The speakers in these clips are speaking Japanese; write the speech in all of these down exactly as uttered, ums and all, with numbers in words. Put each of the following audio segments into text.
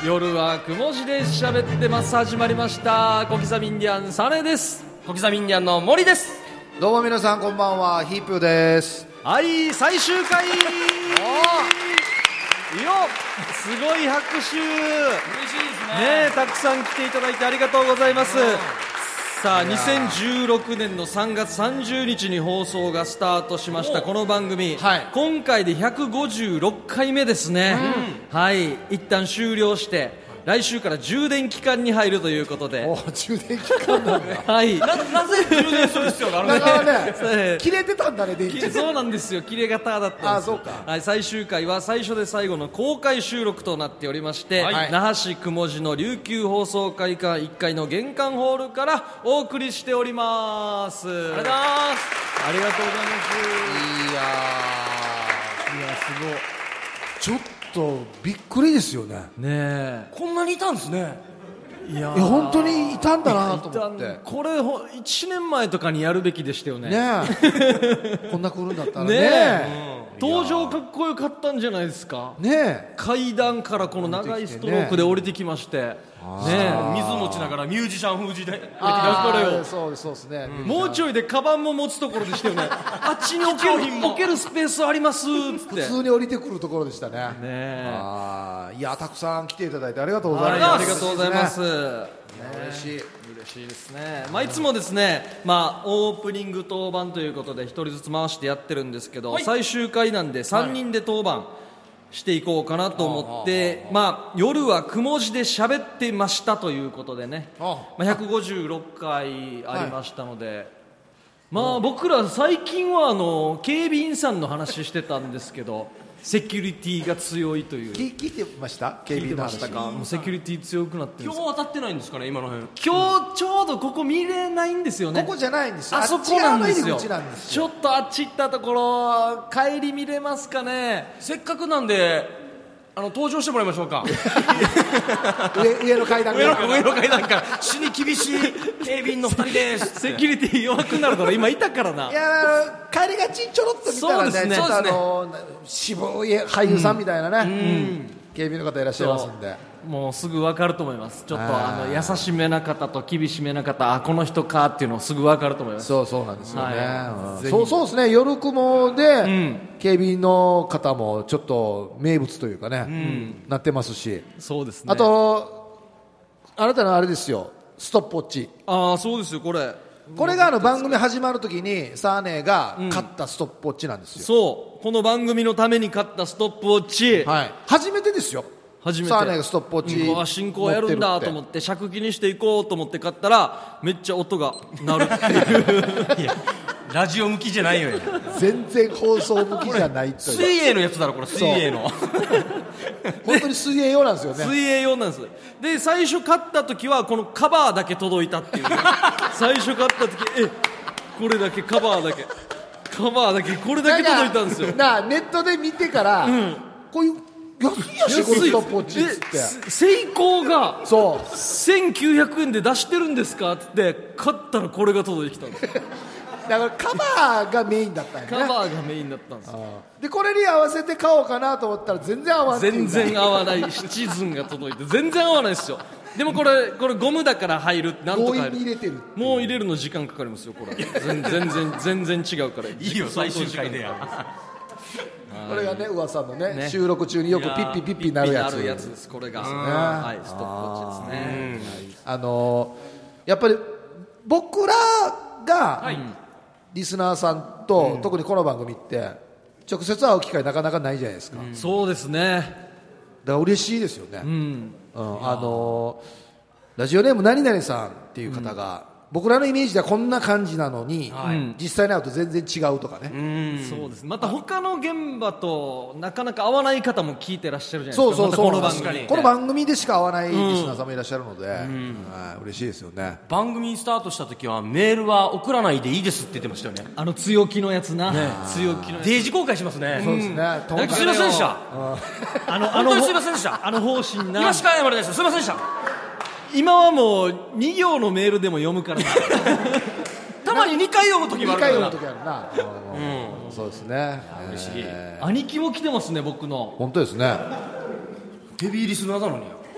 夜はくも字で喋ってます。始まりました。小刻みインディアンサネです。 小刻みインディアンの森です。 どうも皆さんこんばんは、ヒープーです。 はい、最終回。よすごい拍手。嬉しいですね。ね、たくさん来ていただいてありがとうございます。さあ、にせんじゅうろくねんのさんがつさんじゅうにちに放送がスタートしましたこの番組、はい、今回でひゃくごじゅうろっかいめですね、うん、はい、一旦終了して来週から充電期間に入るということで。 お充電期間なんだはい、 な, なぜ充電する必要があるんですかね切れてたんだね、電池。 そうなんですよ、切れ型だったんです。 あ、そうか。 はい、最終回は最初で最後の公開収録となっておりまして、はい、那覇市雲寺の琉球放送会館いっかいの玄関ホールからお送りしております。ありがとうございます。ありがとうございます。 いやー、いや、すごい。 ちょっとびっくりですよね。 ねえ、 こんなにいたんですね。 いやいや本当にいたんだなと思って。 これいちねんまえとかにやるべきでしたよね。 ねえこんな来るんだったらねねえ、うん、登場かっこよかったんじゃないですか。 ねえ、 階段からこの長いストロークで降りてきまして、ねえ、水持ちながらミュージシャン風時代。 ああ、そうですそうですね、 うん、もうちょいでカバンも持つところでしたよね。あっちに置ける置けるスペースありますって普通に降りてくるところでしたね。ねえ、 あ、いや、たくさん来ていただいてありがとうございます。 はい、ありがとうございます。 嬉しい、 嬉しいですね。まあ、いつもですね、まあ、オープニング当番ということでひとりずつ回してやってるんですけど、はい、最終回なんでさんにんで当番していこうかなと思って、はい、まあ、夜はくも字で喋ってましたということでね、まあ、ひゃくごじゅうろっかいありましたので、はい、まあ、僕ら最近はあの警備員さんの話してたんですけどセキュリティが強いという。 聞いてました？警備員の話。 聞いてましたか？もうセキュリティ強くなってるんです。 今日当たってないんですかね、今の辺。 今日ちょうどここ見れないんですよね。 ここじゃないんですよ。 あそこなんですよ。 あっち側の入り口なんですよ。ちょっとあっち行ったところ帰り見れますかね。 せっかくなんであの登場してもらいましょうか。 上, 上の階段上 の, 上の階段から死に厳しい警備員のふたりですセキュリティ弱くなるから今いたからな。 いや、帰りがちちょろっと見たら ね, そうですね、 ちょっとあの渋い俳優さんみたいなね、うんうん、警備の方いらっしゃいますんで、 もうすぐ分かると思います。ちょっとあの優しめな方と厳しめな方、あ、この人かっていうのすぐ分かると思います。 そうそうなんですよね、 はい、 そうそうですね。夜雲で、うん、警備員の方もちょっと名物というかね、うん、なってますし。 そうですね。 あとあなたのあれですよ、ストップウォッチ。 ああ、そうですよ。これこれがあの番組始まるときにサーネが買ったストップウォッチなんですよ、うん、 そう、この番組のために買ったストップウォッチ、 はい、初めてですよ。 初めてサーネがストップウォッチ、 うん、進行やるんだと思って尺気にしていこうと思って買ったらめっちゃ音が鳴るっていういや、 ラジオ向きじゃないよ。 全然放送向きじゃないという。 水泳のやつだろこれ。水泳の本当に水泳用なんですよね。 水泳用なんです。で、最初買った時はこのカバーだけ届いたっていう、ね、最初買った時、え、これだけカバーだけカバーだけこれだけ届いたんですよ。 なネットで見てから、うん、こういう安いやし、これストップウォッチっつってセイコーがそうせんきゅうひゃくえんで出してるんですかって買ったらこれが届いてきたんですだからカバーがメインだったんやね。 カバーがメインだったんですよ。 でこれに合わせて買おうかなと思ったら全然合わない。 全然合わないシチズンが届いて全然合わないですよ。でもこれこれゴムだから入る、なんとか入る。 強引に入れてる。 もう入れるの時間かかりますよ。これ全然全然違うから。いいよ、最終回でや。 これがね、噂の ね, ね収録中によくピッピピッピなるやつ。 なるやつです。これが、ね、はい、ストップウォッチですね。 あのー、やっぱり僕らが、はい、リスナーさんと、うん、特にこの番組って直接会う機会なかなかないじゃないですか、 うん、そうですね。 だから嬉しいですよね、 うんうん、あのー、ラジオネーム何々さんっていう方が、うん、僕らのイメージではこんな感じなのに、はい、実際に会うと全然違うとかね。 うん、そうです。また他の現場となかなか合わない方も聞いてらっしゃるじゃないですか。 そうそうそう、 ま、この番組この番組でしか合わないリスナーさんもいらっしゃるので、うんはい、嬉しいですよね。 番組スタートした時はメールは送らないでいいですって言ってましたよね。 あの強気のやつな、ね、強気のやつデージ公開しますね。 そうですね、 うん、すいませんでした。 あの、あの、すいませんでした。あの方針な。 今しか謝れないです。すいませんでした。 今はもうに行のメールでも読むからなたまににかい読む時もあるからな。 にかい読む時あるな、うん、そうですね。 嬉しい、えー、兄貴も来てますね。僕の本当ですね。 ヘビーリスナーなのに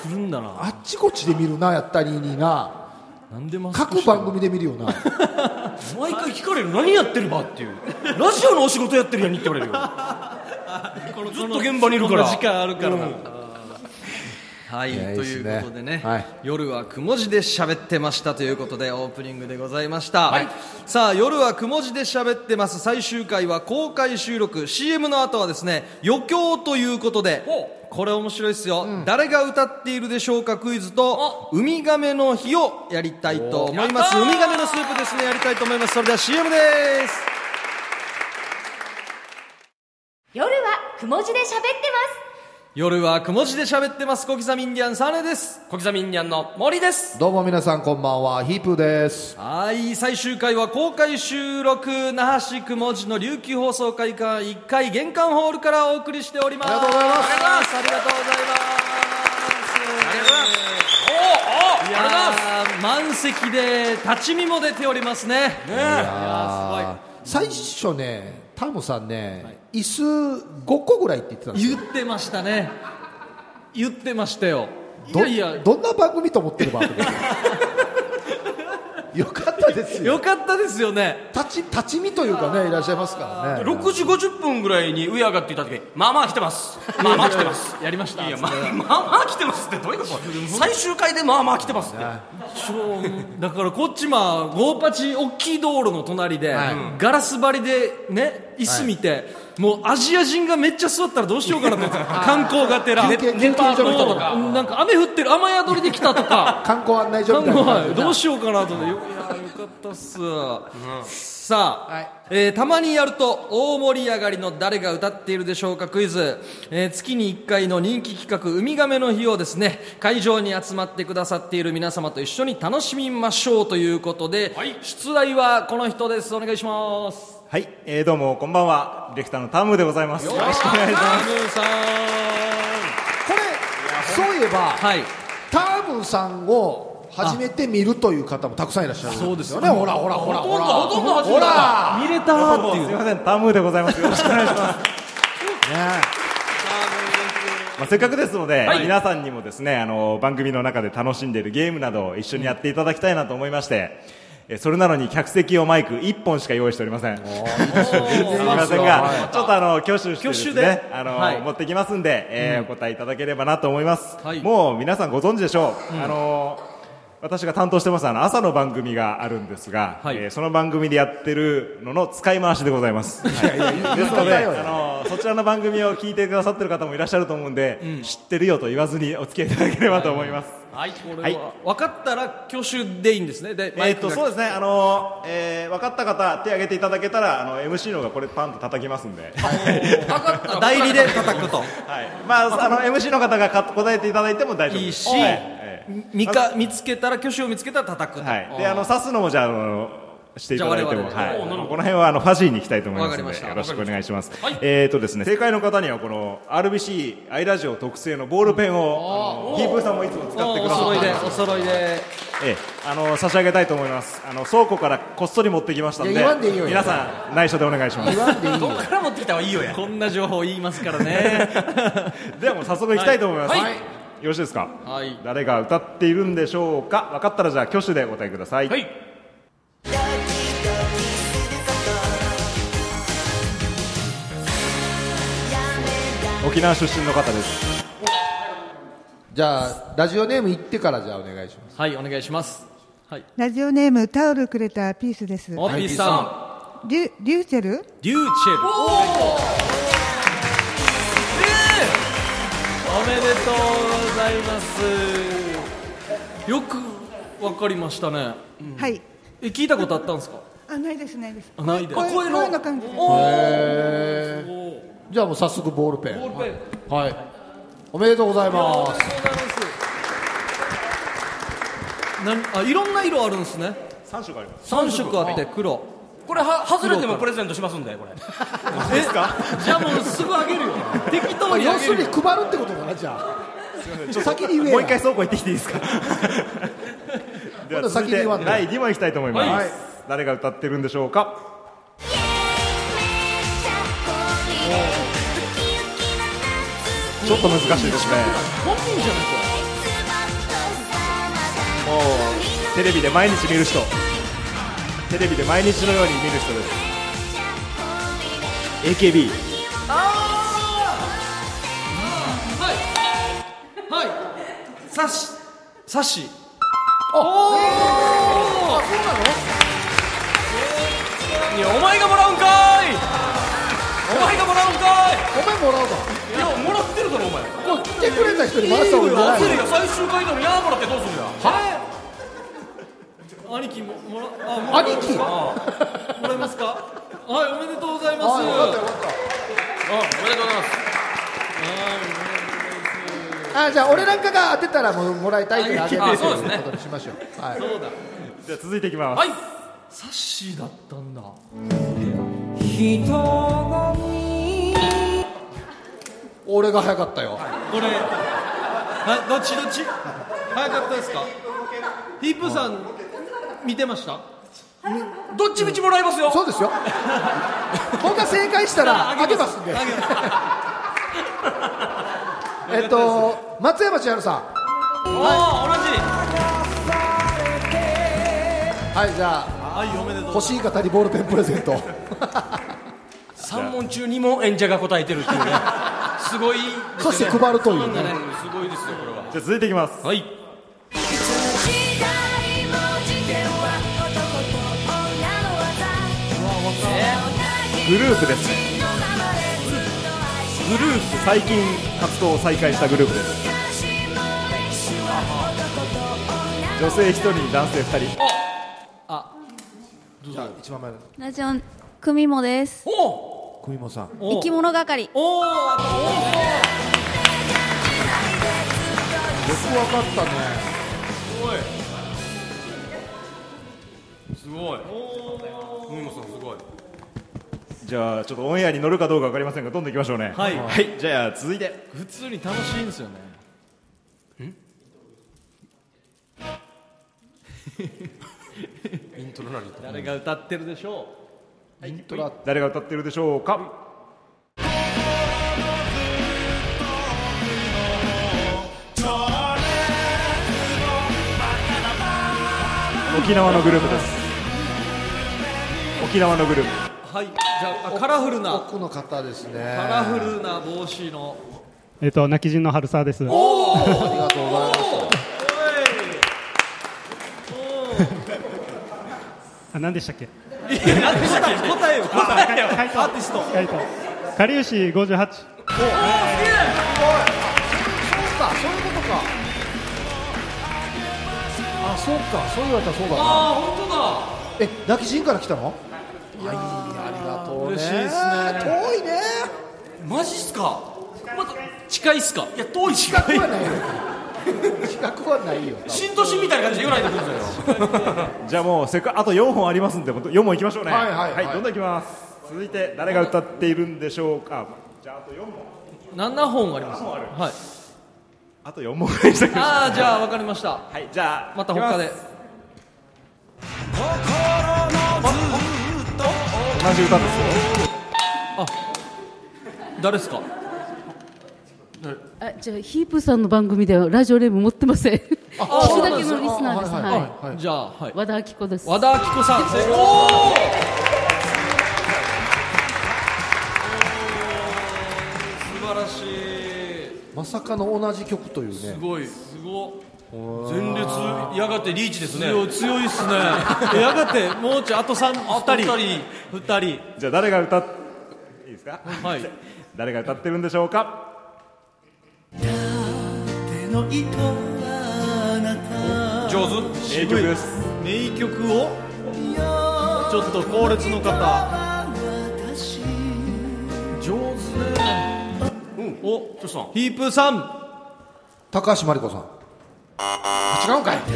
来るんだな。 あっちこっちで見るな、やったりにな。 なんでマスクして各番組で見るよな。 毎回聞かれる、何やってるばっていう、ラジオのお仕事やってるやんにって言われるよ。ずっと現場にいるから、 この時間あるからな、 うんはい、 いやということでね、 はい、 夜はくも字で喋ってましたということでオープニングでございました、 はい、 さあ夜はくも字で喋ってます最終回は公開収録 シーエム の後はですね余興ということで、これ面白いですよ、うん、誰が歌っているでしょうかクイズとウミガメの日をやりたいと思います。ウミガメのスープですね、やりたいと思います。それでは シーエム です。 夜はくも字で喋ってます。 夜はくも字で喋ってます。小刻みインディアンサネです。 小刻みインディアンの森です。 どうも皆さんこんばんは、ヒープーです。 はい、最終回は公開収録那覇市くも字の琉球放送会館いっかい玄関ホールからお送りしております。 ありがとうございます。 ありがとうございます。いやー満席で立ち見も出ておりますね。ねえ、いやすごい。最初ねタムさんね、はい、椅子ごこぐらいって言ってたんですよ。 言ってましたね、言ってましたよ。 いやいや、どんな番組と思ってる番組よかったですよ。 よかったですよね。 立ち立ち見というかね、いらっしゃいますからね。 ろくじごじゅっぷんぐらいに上上がっていた時、まあまあ来てます、まあまあ来てます、 やりました。 いや、まあ、まあまあ来てますってどういうこと。最終回でまあまあ来てますって、 だからこっちまあゴーパチ大きい道路の隣で、はい、ガラス張りでね椅子見て、はい、もうアジア人がめっちゃ座ったらどうしようかなと思って観光がてらネパールの人とかなんか雨降ってる雨宿りで来たとか観光案内所みたいな、 はい、どうしようかなと思って、いやよかったっす、うん、さあ、はい、えー、たまにやると大盛り上がりの誰が歌っているでしょうかクイズ、えー、月にいっかいの人気企画ウミガメの日をですね会場に集まってくださっている皆様と一緒に楽しみましょうということで、はい、出題はこの人です。お願いします。 はい、えー、どうもこんばんは、ディレクターのタムでございます。よろしくお願いします。 タムさん、 これそういえば、はい、タムさんを初めて見るという方もたくさんいらっしゃるんですよね。そうですよね。ほらほらほらほらほとんどほら見れたっていう。 すいません、タムでございます。よろしくお願いします。ねまあ、せっかくですので、はい、皆さんにもですね、あの番組の中で楽しんでいるゲームなどを一緒にやっていただきたいなと思いまして、それなのに客席用マイクいっぽんしか用意しておりません。すみませんが、はい、ちょっとあの挙手してですね、あの、はい、持ってきますんで、えーうん、お答えいただければなと思います、はい、もう皆さんご存知でしょう、うん、あの私が担当してますあの朝の番組があるんですが、はい、えー、その番組でやってるのの使い回しでございます。はい、ですのであのそちらの番組を聞いてくださってる方もいらっしゃると思うんで、うん、知ってるよと言わずにお付き合いいただければと思います。 はい、これは分かったら挙手でいいんですね。で、 えー、っとそうですね、あの、えー、分かった方手挙げていただけたらあの エムシー のがこれパンと叩きますんで、 分かった代理で叩くと、はい、 まああの エムシー の方が答えていただいても大丈夫です。いいし、はい、 見か見つけたら挙手を見つけたら叩くと、 はい、であの指すのもじゃあのしていただいても、はい、この辺はあのファジーに行きたいと思いますのでよろしくお願いします。はい、えーとですね、正解の方にはこの アールビーシー アイラジオ特製のボールペンをヒープーさんもいつも使ってくださって、 お揃いでえー、あの差し上げたいと思います。あの倉庫からこっそり持ってきましたので、 でいいよ皆さん内緒でお願いします。 言わんでいいよ。 どこから持ってきた方がいいよや。 こんな情報言いますからね。 ではもう早速いきたいと思います。はいはい、よろしいですか。 はい、 誰が歌っているんでしょうか。分かったらじゃあ挙手でお答えください。はい、沖縄出身の方です。 じゃあラジオネーム言ってからじゃあお願いします。 はい、お願いします。はい、 ラジオネームタオルくれたピースです。 お、ピースさん、リュリューチェルリューチェル、おおめでとうございます。よくわかりましたね。 うん、はい。 え、聞いたことあったんですか。 あ、ないですないです。 あ、ないです。 こういうの感じです。 へー。じゃあもう早速ボールペン。 ボールペン。 はい。おめでとうございます。 おめでとうございます。なん、あ、いろんな色あるんですね。 三色あります。 三色あって黒。 これは外れてもプレゼントしますんで、これ。 えですか。 じゃあもうすぐあげるよ。適当にあげる。 要するに配るってことだな、じゃあ。ちょ先に言え。 もう一回倉庫行ってきていいですか。では続いてだいに問いきたいと思います。はい、誰が歌ってるんでしょうか。ちょっと難しいですね。 本人じゃないテレビで毎日見る人、テレビで毎日のように見る人です。 エーケービー。 はいはいサシサシおおー、あ、そうなの？ いやお前がもらうんかーい、お前がもらうんかーい。 お前もらうか。 いやもらってるだろお前。 これ来てくれた人にもらった方がいいんじゃないの？ いいよ最終回なのにやーもらってどうするんだ。 兄貴ももらあもら兄貴。 もらえますか。はい、おめでとうございます。 あ、よかったよかっあおめでとうございます。 た。あ、じゃあ俺なんかが当てたらもうもらいたいってあげるといあそうですねうことにしましょう。はい。 そうだ。 じゃあ続いていきます。 はい。 サッシーだったんだ。 俺が早かったよ。 これ、はい、どっちどっち早かったですか。ヒープさん見てました。 どっちみちもらいますよ。 そうですよ。僕が正解したらあげますんで。 あげますえっと松山千春さん。 おお、同じ。 はい、じゃあはい、おめでとう。 欲しい方にボールペンプレゼント。 さん問中に問演者が答えてるっていうね。すごいですね。 そして配るというね。 ね、すごいですよこれは。 じゃあ続いていきます。 はい。 グループですね。グループ、最近活動を再開したグループです。女性ひとりに男性ふたり。 じゃあ一番前のラジオクミモです。 お久美もさん。 生き物係。 おお、 よくわかったね。 すごい。ふみもさんすごい。 じゃあちょっとオンエアに乗るかどうか分かりませんがどんどんいきましょうね。 はいはい、じゃあ続いて普通に楽しいんですよね。 イントロ何？ 誰が歌ってるでしょう。 イントラ誰が歌ってるでしょうか。沖縄のグループです。沖縄のグループ。 はい、じゃあカラフルな奥の方ですね。 カラフルな帽子の。 えっと泣き人の春沢です。 おお、ありがとうございます。 あ、何でしたっけ？ 何でしたっけ？答えを答えよ。 回答アーティスト。 回答。かりゆしごじゅうはち。 そうか、そういうことか。あ、そうか、そう言われたらそうだな。 ああ、本当だ。 え、泣き人から来たの？いやー、ありがとうね。 嬉しいですね。 遠いね。 マジっすか？また近いっすか。 いや遠いし。 近くはないよ。近くはないよ。 新都心みたいな感じで言わないでくださいよ。 じゃあもうせっかくあとよんほんありますんでよんほんいきましょうね。 はいはいはいどんどんいきます。続いて誰が歌っているんでしょうか。じゃああとよんほん。 ななほんあります。はい。 あとよんほんぐらいにしておきましょう。 ああ、じゃあわかりました。 はい、じゃあまた他で。 同じ歌ですよ。 誰ですか。 あ、じゃあヒープさんの番組ではラジオネーム持ってません。聞くだけのリスナーです。 はいはい。 はい。 じゃあ、はい。 和田アキ子です。 和田アキ子さん。おお。素晴らしい。 まさかの同じ曲というね。 すごい。 すご。 前列やがてリーチですね。 強い強いっすね。やがてもうちょいあと三二人二人。 じゃあ誰が歌っいいですか。 はい。 誰が歌ってるんでしょうか。 上手。 名曲です。 名曲をちょっと後列の方上手ね。 お、どうしたん？ ヒープーさん。 高橋真理子さん。違うんかい。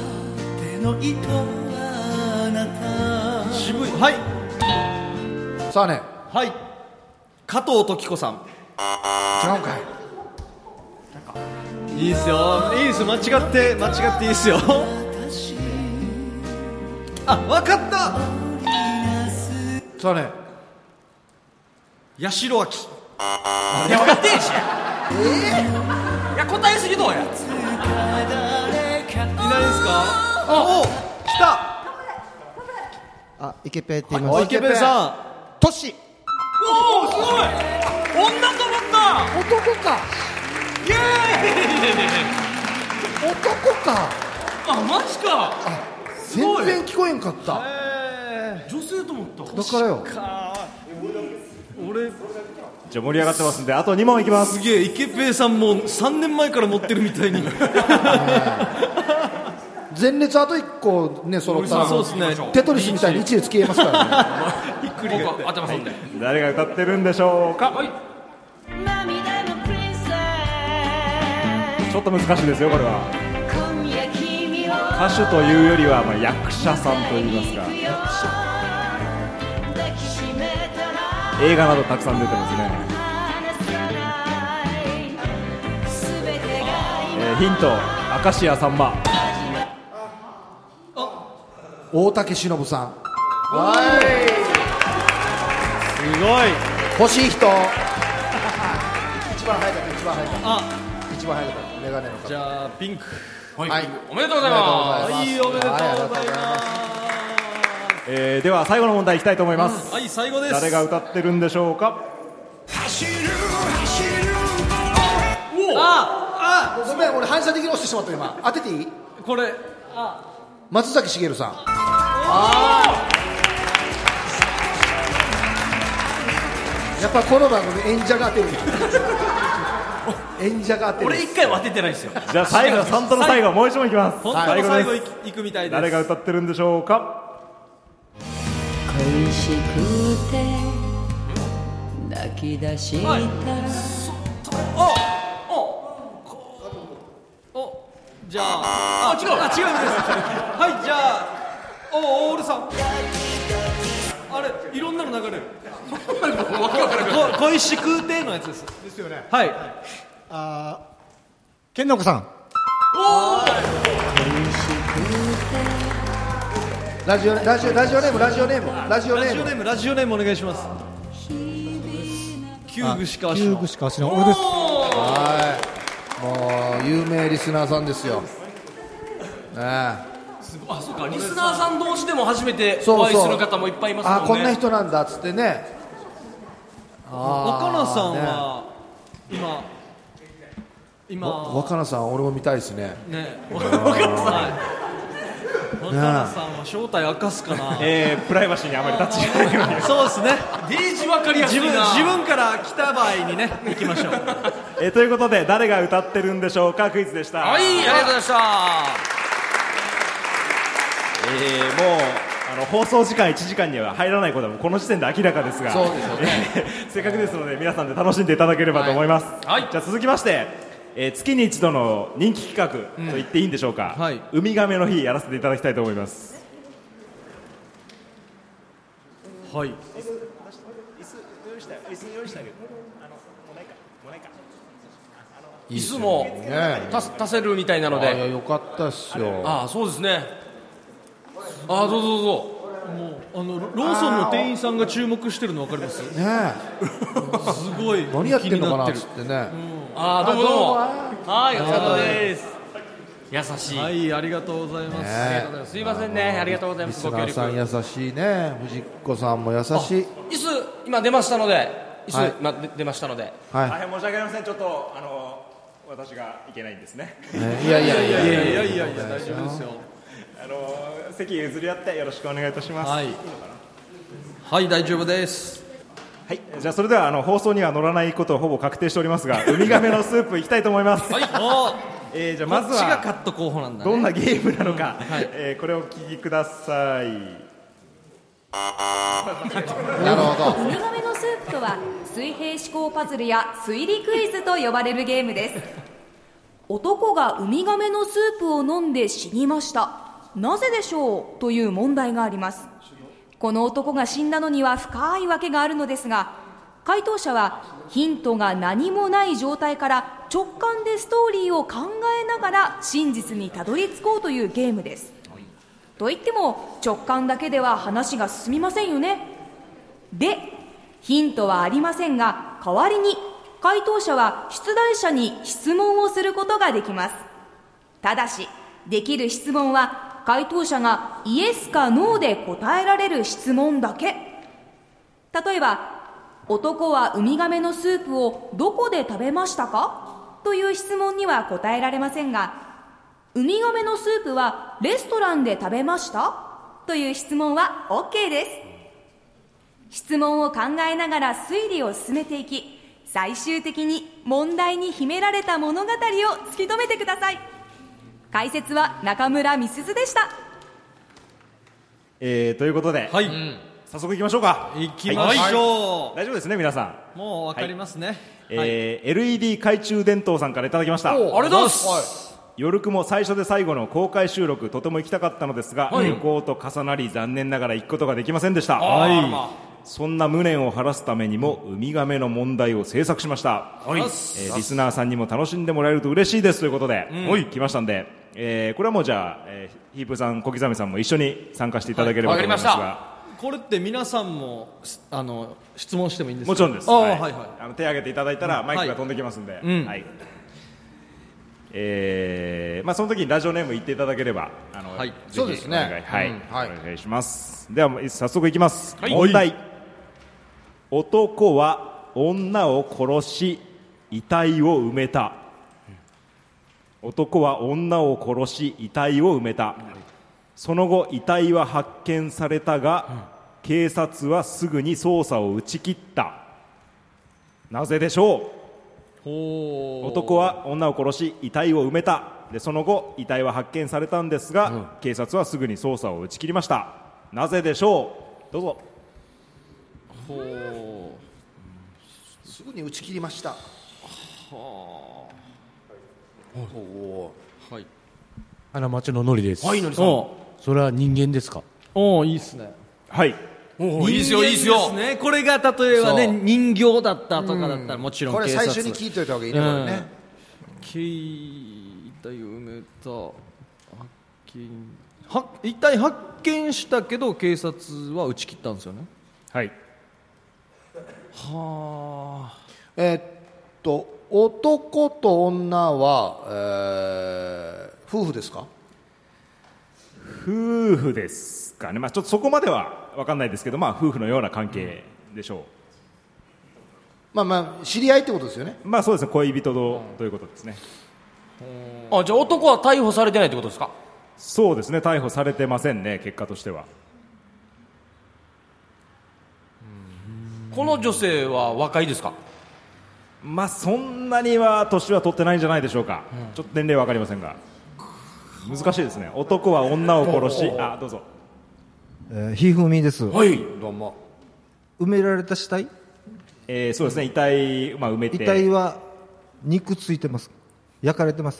渋い。はいさあね。 はい。加藤時子さん。 違うんかい。 いいっすよ、いいっすよ、間違って間違っていいっすよ。あ、わかった。 さあね。 八代亜紀。 いや分かってんしや。ええー。いや答えすぎどうや。 ないですか。おお、来た。 あ、イケペイって言います。 お、イケペイさん。 トシ。 おお、すごい。女と思った。 男か。 イエーイ。 男か。 あ、マジか。 全然聞こえんかった。 女性と思った。 だからよ。 俺じゃあ盛り上がってますんで、あとに問いきます。 すげえ、イケペイさんもさんねんまえから持ってるみたいに。 前列あといっこね揃ったら、 そうですね、 テトリスみたいに一列消えますからね。 びっくりが当てますんで。 誰が歌ってるんでしょうか。 はい。 ちょっと難しいですよこれは。歌手というよりはまあ役者さんといいますか、映画などたくさん出てますね。えー、ヒント、明石家さんま。 大竹しのぶさん。 はい、すごい。 欲しい人。一番早かった、一番早かった。 あ、 一番早かった。メガネの方。 じゃあピンク。 はい、 はい、 おめでとうございます。 はい、おめでとうございます。 えー、では最後の問題いきたいと思います、 うん、はい、最後です。 誰が歌ってるんでしょうか。 走る走る。ああ、ごめん、俺反射的に押してしまった今。当てていい？ これ、 あ、松崎しげるさん。 あやっぱこの番組演者が当てる。演者が当てる。 俺一回は当ててないですよ。 じゃあ最後、本当の最後もう一問いきます。 本当の最後いくみたいです。 誰が歌ってるんでしょうか。 恋しくて泣き出したら、はい、 おおお、じゃあ、あ、違う、あ、違うんです。はい、じゃあ、お、オールさん。あれ、いろんなの流れる。こ、恋しくてのやつです。 ですよね。 はい。 あ、健の子さん。 おお。 ラジオラジオラジオネームラジオネームラジオネームラジオネームラジオネームお願いします。キューブシカワシの。 キューブシカワシの俺です。 はい。もう有名リスナーさんですよ。ねえ。 あ、そうか、リスナーさん同士でも初めてお会いする方もいっぱいいますもんね。 あ、こんな人なんだっつってね。 若菜さんは、ね、今今若菜さん俺も見たいですね。 ね、若菜さん、若菜さんは正体明かすかな。 えー、プライバシーにあまりタッチがないように。 そうですね。 デージ分かりやすいな。 自分自分から来た場合にね、行きましょう。 えー、ということで誰が歌ってるんでしょうか、クイズでした。 はい、ありがとうございました。 えー、もうあの放送時間いちじかんには入らないことはこの時点で明らかですが、 そうですよね。 えー、せっかくですので皆さんで楽しんでいただければと思います。 はい、 じゃあ続きまして、えー、月に一度の人気企画と言っていいんでしょうか、うん、はい、ウミガメの日やらせていただきたいと思います。 はい。 椅子も足せるみたいなので。 いや、よかったっすよ。 ああ、そうですね。ああ、どうぞどうぞ。 もうあのローソンの店員さんが注目してるの分かります？ねえ。すごい。 何やってんのかなっつってね。うん、 ああ、どうもどうも。はい、お疲れ様です。優しい。 はい、ありがとうございます。 ね、ありがとうございます。すいませんね、ありがとうございます。 リスナーさん優しいね。藤子さんも優しい。 椅子今出ましたので、椅子、はい、今出ましたので。 はい。大変申し訳ありません。ちょっとあの私がいけないんですね。 ね、いやいやいやいやいやいやいや大丈夫ですよ。 あの席譲り合ってよろしくお願いいたします。 はい。はい、大丈夫です。 はい、じゃあそれではあの放送には乗らないことをほぼ確定しておりますが、ウミガメのスープいきたいと思います。はい。えー、じゃあまずはこっちがカット候補なんだね。 どんなゲームなのか、うん、はい、えー、これをお聞きください。 なるほど。ウミガメのスープとは水平思考パズルや推理クイズと呼ばれるゲームです。男がウミガメのスープを飲んで死にました。なぜでしょうという問題があります。この男が死んだのには深い訳があるのですが、回答者はヒントが何もない状態から直感でストーリーを考えながら真実にたどり着こうというゲームです。といっても直感だけでは話が進みませんよね。で、ヒントはありませんが、代わりに回答者は出題者に質問をすることができます。ただしできる質問は回答者がイエスかノーで答えられる質問だけ。例えば、男はウミガメのスープをどこで食べましたかという質問には答えられませんが、ウミガメのスープはレストランで食べましたという質問は OK です。質問を考えながら推理を進めていき、最終的に問題に秘められた物語を突き止めてください。解説は中村美鈴でした。 えー、ということで、はい、うん、早速行きましょうか。 行きましょう。 大丈夫ですね、皆さん。 もうわかりますね。はい、 えー、エルイーディー 懐中電灯さんからいただきました。 ありがとうございます。 夜くも最初で最後の公開収録、とても行きたかったのですが、はい、旅行と重なり残念ながら行くことができませんでした。はい、そんな無念を晴らすためにもウミガメの問題を制作しました。はい、えー、リスナーさんにも楽しんでもらえると嬉しいですということで、うん、来ましたんで、えー、これはもうじゃあ、えー、ヒープさん、小刻みさんも一緒に参加していただければと思いますが、はい、 これって皆さんもあの質問してもいいんですか？ もちろんです。 あ、はいはい、 あの手を挙げていただいたらマイクが飛んできますんで、はい、うん、はい、えーまあ、その時にラジオネーム言っていただければ、あの、はい、 そうですね、 お願い、はい、 うん、はい、 お願いします。では早速いきます。 はい、 問題。男は女を殺し遺体を埋めた。男は女を殺し遺体を埋めた。その後遺体は発見されたが、うん、警察はすぐに捜査を打ち切った。なぜでしょう？ほー。男は女を殺し遺体を埋めた。でその後遺体は発見されたんですが、うん、警察はすぐに捜査を打ち切りました。なぜでしょう？どうぞ。 ほう、すぐに打ち切りました。はあ、 ほう、はい、 花町ののりです。 はい、のりさん。 それは人間ですか？ おお、いいですね。 はい。 おいいですよ、いいですよ。 ね、これが例えばね、人形だったとかだったらもちろん警察、これ最初に聞いておいた方がいいね、これね。 遺体を埋めた、発見、は遺体発見したけど警察は打ち切ったんですよね。 はい。 はあ。 えー、っと男と女は、えー、夫婦ですか？ 夫婦ですかね。まあちょっとそこまでは分かんないですけど、まあ夫婦のような関係でしょう。 まあまあ知り合いってことですよね。 まあそうですね、恋人と、ということですね。 あ、じゃあ男は逮捕されてないってことですか？ そうですね、逮捕されてませんね、結果としては。 この女性は若いですか？ まあそんなには年は取ってないんじゃないでしょうか、うん、ちょっと年齢は分かりませんが、難しいですね。男は女を殺し、あ、どうぞ。 えー、ひふみです。 はい、どうも。 埋められた死体？ えー、そうですね、遺体、まあ、埋めて。 遺体は肉ついてます？焼かれてます？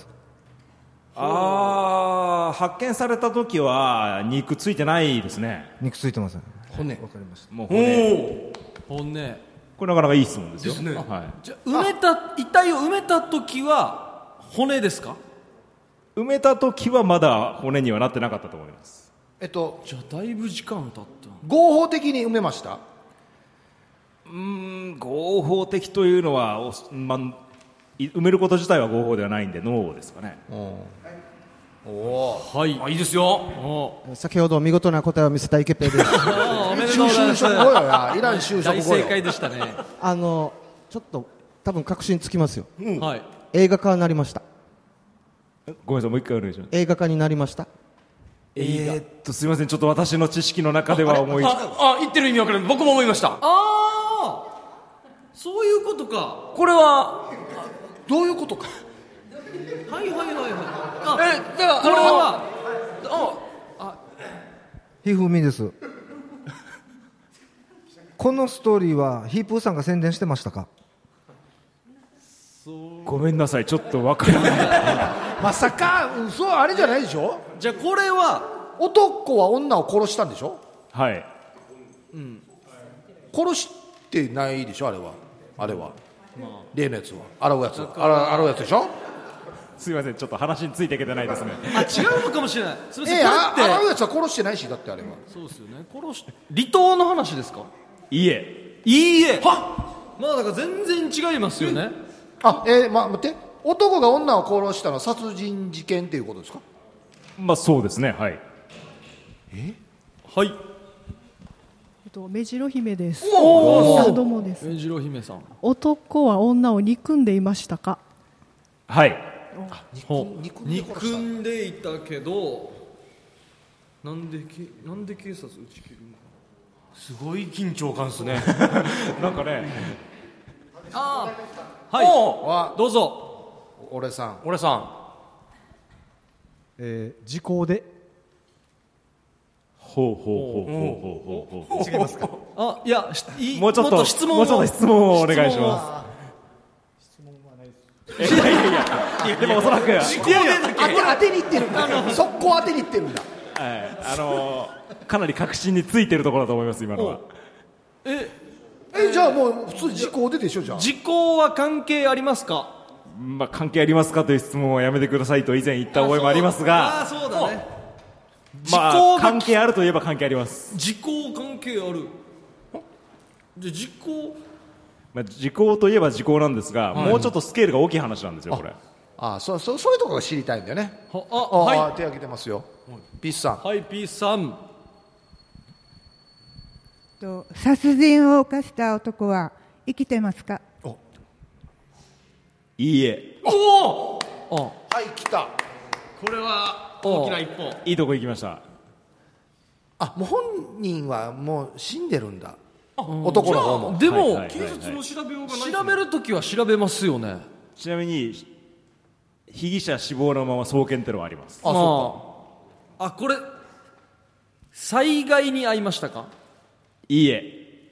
ああ、発見された時は肉ついてないですね。 肉ついてません。 骨。 わかりました。 もう骨。 骨。 これなかなかいい質問ですよ。 ですね。 はい。 じゃあ埋めた遺体を埋めた時は骨ですか？ 埋めた時はまだ骨にはなってなかったと思います。 えっとじゃあだいぶ時間経った。 合法的に埋めました？ うーん、合法的というのは、ま、埋めること自体は合法ではないんでノーですかね。 おお、はい、あ、いいですよ。 先ほど見事な答えを見せたイケペイです。 おめでとうございます。 就職後よや、イラン就職後よ。 大正解でしたね。 あのちょっと多分確信つきますよ、 うん、はい、 映画化になりました。 ごめんなさい、もう一回お願いします。 映画化になりました。 えー、っとすみません、ちょっと私の知識の中では思い、 ああ、言ってる意味わかる。僕も思いました。 ああ、そういうことか。 これはどういうことか。 はいはいはいはい。 あ、え、だからこれはああ、ひふみです。このストーリーはヒープーさんが宣伝してましたか？ ごめんなさい、ちょっとわからない。 まさか、そうあれじゃないでしょ。 じゃあこれは男は女を殺したんでしょ。 はい、 うん、殺してないでしょ、あれは。あれは、まあ、例のやつは洗うやつ、洗うやつでしょ。 すみません、ちょっと話についていけてないですね。 あ、違うのかもしれない。すみません、 えー、 これって洗うやつは殺してないし、だってあれは。 そうですよね、殺し離島の話ですか？ いいえ。 いいえ。はっ、まあだから全然違いますよね。 あ、えー、まあ待って、男が女を殺したのは殺人事件っていうことですか？ まあそうですね。はい。 えはい。 えっと目白姫です。 おーどうもです。 目白姫さん。 男は女を憎んでいましたか？ はい。 憎んでいたけど、なんでけなんで警察打ち切るのかすごい緊張感ですねなんかねああはいどうぞ俺さん俺さんえー、時効でほうほうほうほうほうほうほう違いますか？ あいやいいもうちょっと質問をもうちょっと質問をお願いしますいやいやいやでもおそらく時効で当て当てにいってるんだ速攻当てにいってるんだはいあのー、かなり確信についてるところだと思います今のはええじゃあもう普通時効ででしょじゃあ時効は関係ありますか？ まあ関係ありますかという質問はやめてくださいと以前言った覚えもありますがあそうあそうだねまあ関係あるといえば関係あります時効関係あるじゃあ時効まあ、時効といえば時効なんですが、はい、もうちょっとスケールが大きい話なんですよこれああそそそういうところが知りたいんだよねあああはいあ手挙げてますよピースさんはいピースさんと殺人を犯した男は生きてますか？ いいえおおはい来たこれは大きな一歩いいとこ行きましたあもう本人はもう死んでるんだ男の方もでも、 警察も調べようがない、ね、 調べるときは調べますよねちなみに被疑者死亡のまま送検ってのはありますあ、まあ、そうかあこれ災害に遭いましたか？ いいえ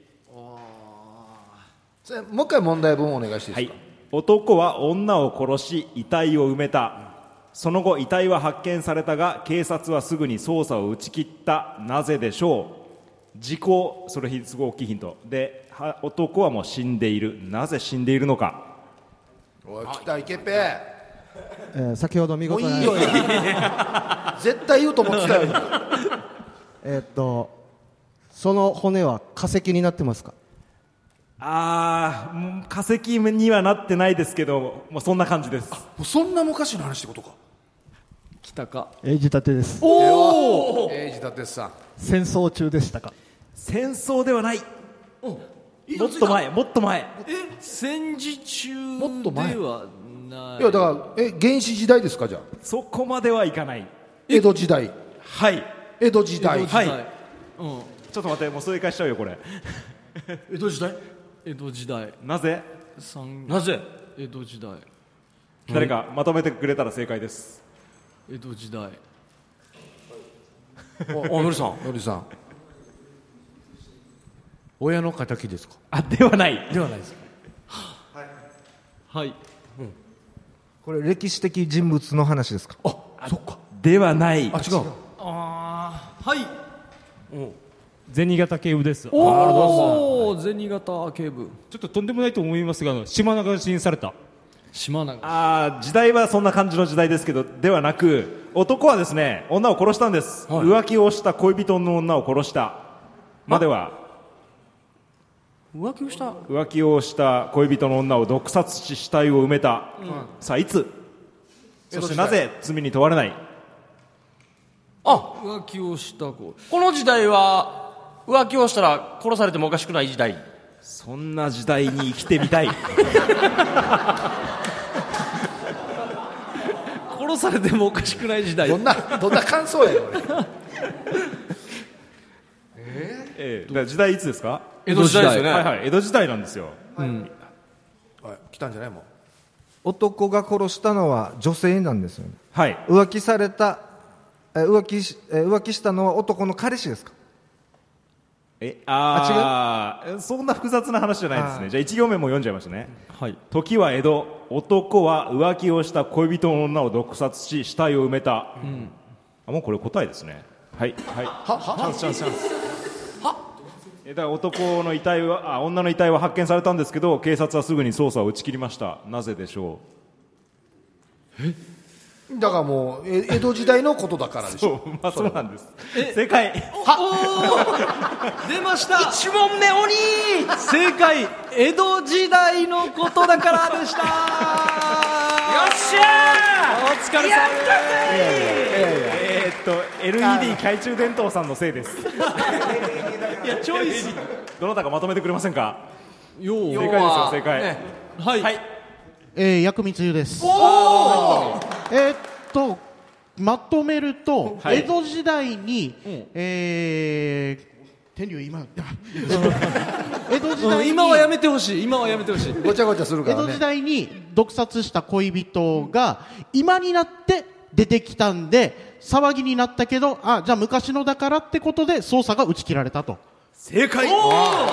もう一回問題文をお願いしていいですか、 はい、男は女を殺し遺体を埋めたその後遺体は発見されたが警察はすぐに捜査を打ち切ったなぜでしょう時効それすごい大きいヒントで男はもう死んでいるなぜ死んでいるのかおい来たイケペえー、先ほど見事なもういいよ絶対言うと思ってたよえっとその骨は化石になってますか？ あー化石にはなってないですけどもうそんな感じですもうそんな昔の話ってことか来たか英治立てですおお英治立さん戦争中でしたか？ 戦争ではないもっと前もっと前え戦時中もっと前ではないいやだからえ原始時代ですかじゃあそこまではいかない江戸時代はい江戸時代江戸時代、 はい、うん、ちょっと待ってもうそれ返しちゃうよこれ江戸時代江戸時代なぜなぜ江戸時代誰かまとめてくれたら正解です江戸時代おのりさんのりさん親の敵ですか？ あではないではないですはい、はい、 うん、これ歴史的人物の話ですか？ あそっかではないあ違うあはい、 うん、銭形警部です。 おお銭形警部ちょっととんでもないと思いますが島流しにされた島流しあ時代はそんな感じの時代ですけどではなく男はですね女を殺したんです、はい、浮気をした恋人の女を殺したまでは浮気をした浮気をした恋人の女を毒殺し死体を埋めた、うん、さあいつそしてなぜ罪に問われないあ浮気をした子この時代は浮気をしたら殺されてもおかしくない時代そんな時代に生きてみたい殺されてもおかしくない時代どんなどんな感想やよええー、だ時代いつですか？ 江戸時代ですよね。 はいはい、江戸時代なんですよ。 はい、うん、はい、来たんじゃないもん。 男が殺したのは女性なんですよね。 はい。 浮気された、え浮気し、え浮気したのは男の彼氏ですか？ え、ああ、違う。そんな複雑な話じゃないですね。じゃあ一行目も読んじゃいましたね。はい。時は江戸、男は浮気をした恋人の女を毒殺し死体を埋めた。うん。あ、もうこれ答えですね。はいはい。ははチャンスチャンスチャンス。だから男の遺体はあ女の遺体は発見されたんですけど警察はすぐに捜査を打ち切りました。なぜでしょう？えだからもう江戸時代のことだからでしょ。 そう、まあ、そうなんです。正解。 は出ました。 一問目鬼正解江戸時代のことだからでした。よっしゃーお疲れ様です。 やったぜーえー、っと エルイーディー 懐中電灯さんのせいです。 いやチョイスどなたかまとめてくれませんか。 よう正解ですよ正解、ね、 はい、はい、 えー、薬味つゆです。 おーえー、っとまとめると、 はい、 江戸時代に、うん、えー天竜今江戸時代に、 うん、今はやめてほしい今はやめてほしいごちゃごちゃするからね。 江戸時代に毒殺した恋人が今になって出てきたんで騒ぎになったけど、あじゃあ昔のだからってことで捜査が打ち切られたと。 正解。おーおー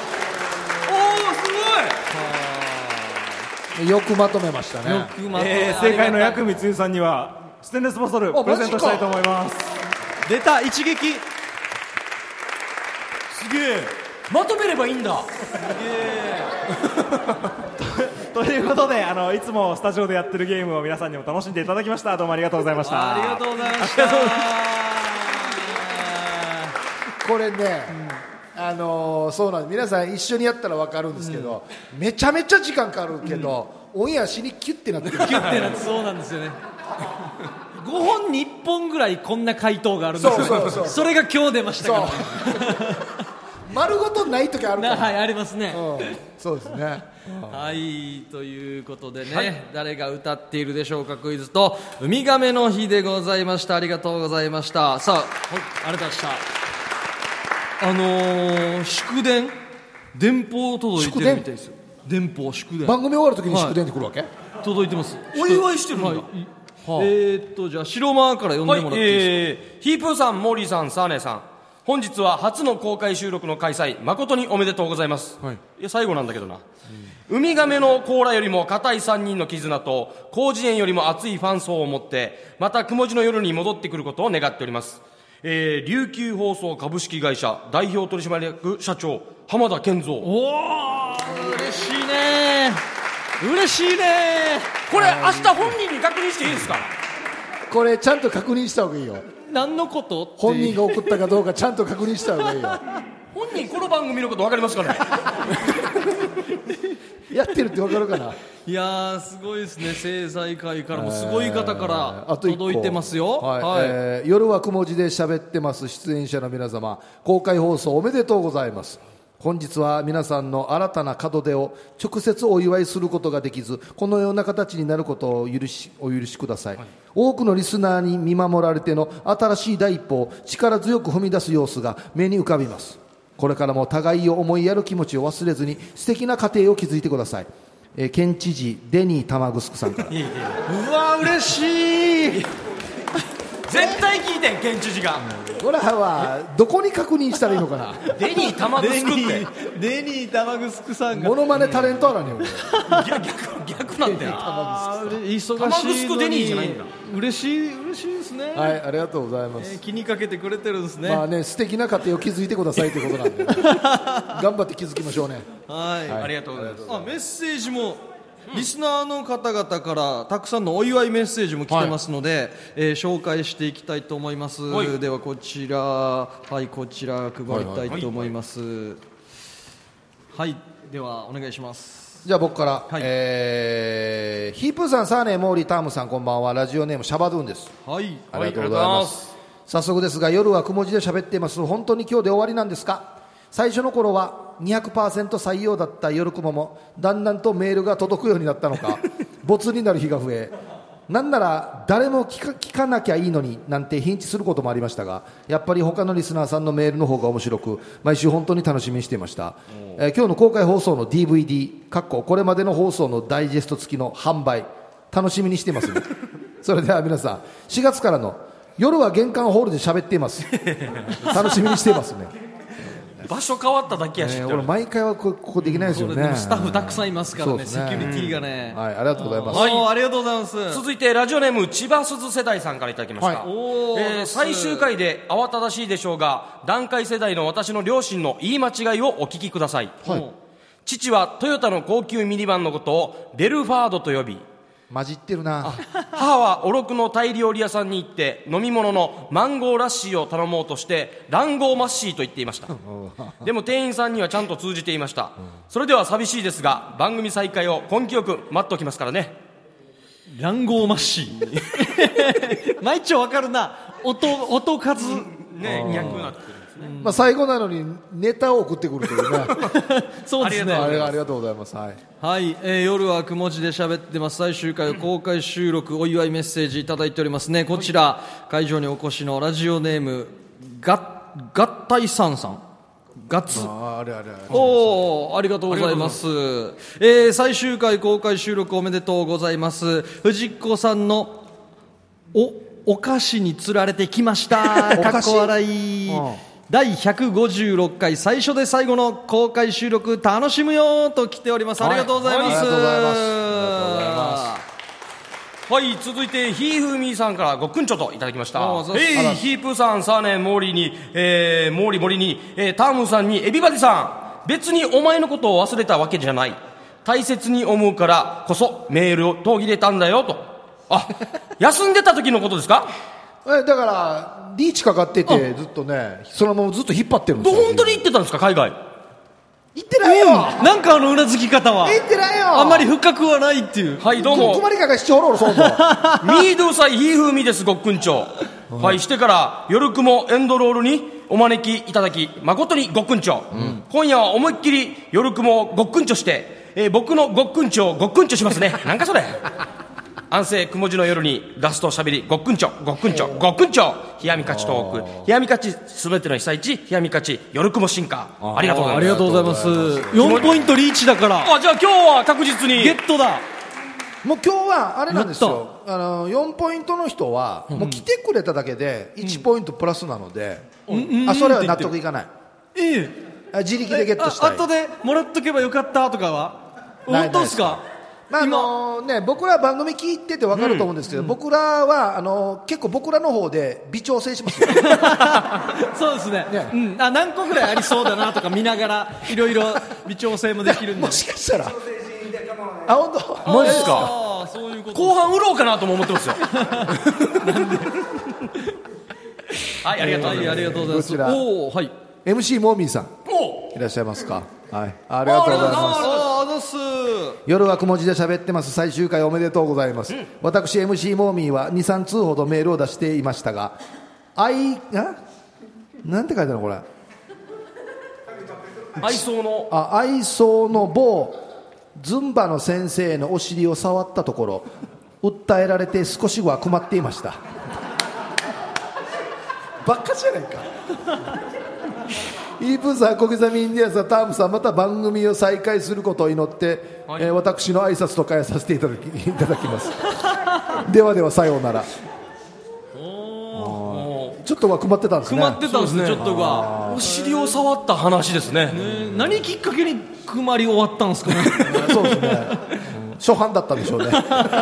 すごい。よくまとめましたね。 よくまとめ、 えー、正解の薬味つゆさんにはステンレスボトルプレゼントしたいと思います。 出た一撃。 すげえ。まとめればいいんだ。 すげえ。 ということで、あのいつもスタジオでやってるゲームを皆さんにも楽しんでいただきました。どうもありがとうございました。 ありがとうございました。 これね、うん、あのー、そうなんです。皆さん一緒にやったら分かるんですけど、うん、めちゃめちゃ時間かかるけど、うん、オンエアしにキュッてなってる。 キュッてなってそうなんですよね。ごほんにいっぽんぐらいこんな回答があるんですよ。そうそうそう。それが今日出ましたから。 丸ごとない時あるから。 はい、ありますね。 うん、そうですね。 はい、ということでね、はい、誰が歌っているでしょうかクイズとウミガメの日でございました。ありがとうございました。さあ、はい、ありがとうございました。あのー、祝電電報届いてるみたいですよ。電報祝電。 番組終わる時に祝電って来るわけ、はい、 届いてます。 お祝いしてるんだ、はい、はあ、えー、っとじゃあ白間から読んでもらっていいですか。 はい、えー、ヒープーさん、モーリーさん、サーネーさん、本日は初の公開収録の開催誠におめでとうございます、はい、いや最後なんだけどな、うん、ウミガメの甲羅よりも固いさんにんの絆と広辞苑よりも熱いファン層を持ってまた雲字の夜に戻ってくることを願っております。えー、琉球放送株式会社代表取締役社長浜田健三。 おー嬉しいね嬉しいね。 これ明日本人に確認していいですか。 これちゃんと確認した方がいいよ。 何のことって本人が送ったかどうかちゃんと確認した方がいいよ。 本人この番組のこと分かりますかね。 やってるって分かるかな。 いやーすごいですね。政財界からもすごい方から届いてますよ、 はいはい、 えー、夜はくも字で喋ってます出演者の皆様、公開放送おめでとうございます。本日は皆さんの新たな門出を直接お祝いすることができずこのような形になることを許しお許しください、はい、多くのリスナーに見守られての新しい第一歩を力強く踏み出す様子が目に浮かびます。これからも互いを思いやる気持ちを忘れずに素敵な家庭を築いてください。えー、県知事デニー玉城さんから。 うわ嬉しい。 絶対聞いてん県知事が。 これはどこに確認したらいいのかな。 デニー玉城ってデニー玉城さんがモノマネタレントあらねえ。逆逆なんだよ。 忙しいのに玉城デニーじゃないんだ。 嬉しい嬉しいですね。 はい、ありがとうございます、 えー、気にかけてくれてるんですね。 まあね、素敵な家庭を築いてくださいということなんで頑張って築きましょうね。 はい、 はい、ありがとうございます。 あ、メッセージもリスナーの方々からたくさんのお祝いメッセージも来てますので、はい、えー、紹介していきたいと思います、はい、ではこちら、はい、こちら配りたいと思います。はい、はいはい、ではお願いします。 じゃあ僕から、はい、えー、ヒープーさん、サーネー、モーリー、タームさん、こんばんは。ラジオネームシャバドゥンです。 はい、 ありがとうございます。早速ですが夜はくも字で喋っています。本当に今日で終わりなんですか。最初の頃は にひゃくパーセント 採用だった夜雲もだんだんとメールが届くようになったのか没になる日が増え、なんなら誰も聞か、聞かなきゃいいのになんてヒンチすることもありましたが、やっぱり他のリスナーさんのメールの方が面白く毎週本当に楽しみにしていました。えー、今日の公開放送の ディーブイディー かっここれまでの放送のダイジェスト付きの販売楽しみにしていますね。それでは皆さんしがつからの夜は玄関ホールで喋っています楽しみにしていますね。 場所変わっただけやし、 えー、俺毎回はここできないですよね。 スタッフたくさんいますから ね, ねセキュリティがね、 うん、はい、ありがとうございます。 はい、ありがとうございます。 続いてラジオネーム千葉鈴世代さんからいただきました、はい、えー、最終回で慌ただしいでしょうが団塊世代の私の両親の言い間違いをお聞きください、はい、父はトヨタの高級ミニバンのことをベルファードと呼び混じってるな。 母はおろくのタイ料理屋さんに行って飲み物のマンゴーラッシーを頼もうとしてランゴーマッシーと言っていました。でも店員さんにはちゃんと通じていました。それでは寂しいですが番組再開を根気よく待っておきますからね。 ランゴーマッシー毎日わかるな。 音音数ねにひゃくになってるんですね。 まあ、最後なのにネタを送ってくるというねそうですね。 あれありがとうございます。はい、 はいえー、夜はくも字で喋ってます。最終回を公開収録お祝いメッセージいただいておりますね。こちら会場にお越しのラジオネームが合体さんさんガッツああれあれあれおーありがとうございます。えー、最終回公開収録おめでとうございます。藤子さんのおお菓子に釣られてきましたかっこ笑い、うん、だいひゃくごじゅうろっかい最初で最後の公開収録楽しむよと来ております。ありがとうございます。 ありがとうございます。ありがとうございます。 はい、続いてひーふーみーさんからごくんちょといただきました。えい、ひーぷーさん、サーネン、モーリーに、えー、モーリー森に、えー、タームさんに、エビバディさん、別にお前のことを忘れたわけじゃない。大切に思うからこそメールを途切れたんだよと。あ、休んでた時のことですか？ えだからリーチかかっててずっとねそのままずっと引っ張ってるんですよ。 本当に行ってたんですか海外？ 行ってないよ、 うん、なんかあのうなずき方は行ってないよあんまり深くはないっていう。 はいどうもくまりかが七ホロロそうそうミードゥサイヒーフーミですごっくんちょう、はいしてから夜雲エンドロールにお招きいただき誠にごっくんちょう、うん、今夜は思いっきり夜雲ごっくんちょして、えー、僕のごっくんちょをごっくんちょしますねなんかそれ安静くもじの夜にラストしゃべりごっくんちょごっくんちょごっくんちょ冷やみかちトーク冷やみかちすべての被災地冷やみかち夜雲進化ありがとうございます。 ありがとうございます。よんポイントリーチだからあじゃあ今日は確実にゲットだ。 もう今日はあれなんですよ。あのよんポイントの人はもう来てくれただけでいちポイントプラスなので、うん、あそれは納得いかない。 ええ自力でゲットしたい。 あ後でもらっとけばよかったとかは本当ですか？ まああのね、僕ら番組聞いてて分かると思うんですけど、うん、僕らはあの結構僕らの方で微調整しますよそうですね、ね、うん、あ何個ぐらいありそうだなとか見ながらいろいろ微調整もできるんでもしかしたらあ本当マジですか？あそういうこと後半売ろうかなとも思ってますよなんではいありがとうございます、はい、ありがとうございます。 こちらお、はい、エムシー モーミーさんいらっしゃいますか？はい、ありがとうございます。夜はくも字で喋ってます。最終回おめでとうございます、うん、私 エムシー モーミーは にさん 通ほどメールを出していましたが愛あなんて書いてあるのこれ愛想のあ愛想の某ズンバの先生のお尻を触ったところ訴えられて少しは困っていましたバカじゃないかイープンさん、小刻みインディアンさん、タームさん、また番組を再開することを祈って、はい、えー、私の挨拶と変えさせていただき、いただきますではではさようなら。ちょっとは困ってたんですね。 困ってたんですね、ちょっとがお尻を触った話ですね。ね何きっかけにくまり終わったんですかねそうですね、初版だったんでしょうね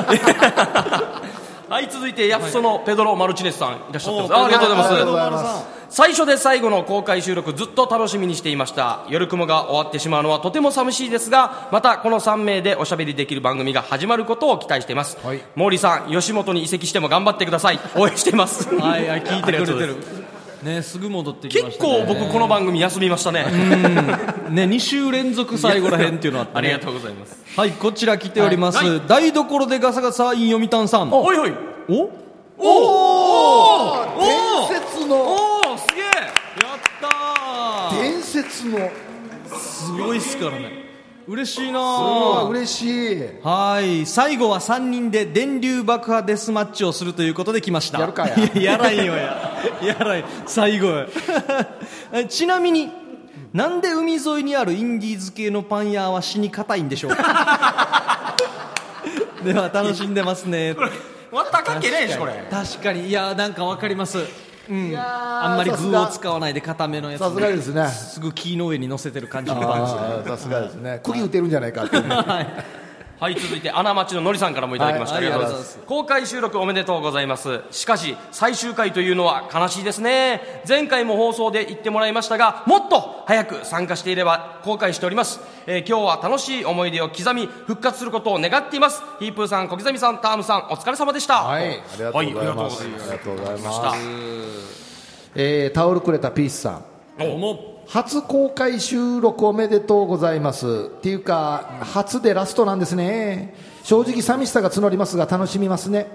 はい続いてヤフソのペドロ・マルチネスさんいらっしゃってます。ありがとうございます。最初で最後の公開収録ずっと楽しみにしていました。夜雲が終わってしまうのはとても寂しいですがまたこのさん名でおしゃべりできる番組が始まることを期待しています、はい、毛利さん吉本に移籍しても頑張ってください応援していますはいはい聞いてくれてるね、すぐ戻ってきましたね。 結構僕この番組休みましたねうんねに週連続最後らへんっていうのあって、ね、 ありがとうございます。 はいこちら来ております、はいはい、台所でガサガサイン読谷さんおいおいおおおお伝説のおおすげえやったー伝説のすごいっすからね嬉しいなー嬉しい。 はい最後はさんにんで電流爆破デスマッチをするということで来ました。 やるかややらんよややらん最後ちなみになんで海沿いにあるインディーズ系のパン屋は死に硬いんでしょうかでは楽しんでますねこれまた関係ないでしょこれ。 確かにいやなんかわかりますうん、あんまり具を使わないで固めのやつさすがですねすぐ木の上に乗せてる感じのパンですね。さすがですね釘打てるんじゃないかって、ねはいはい、続いて穴町ののりさんからもいただきました、はい、ありがとうございます。公開収録おめでとうございます。しかし最終回というのは悲しいですね。前回も放送で言ってもらいましたがもっと早く参加していれば後悔しております、えー、今日は楽しい思い出を刻み復活することを願っています。ヒープーさん小刻みさんタームさんお疲れ様でした。 はいありがとうございます、はい、ありがとうございました。えー、タオルくれたピースさん初公開収録おめでとうございますっていうか初でラストなんですね。正直寂しさが募りますが楽しみますね。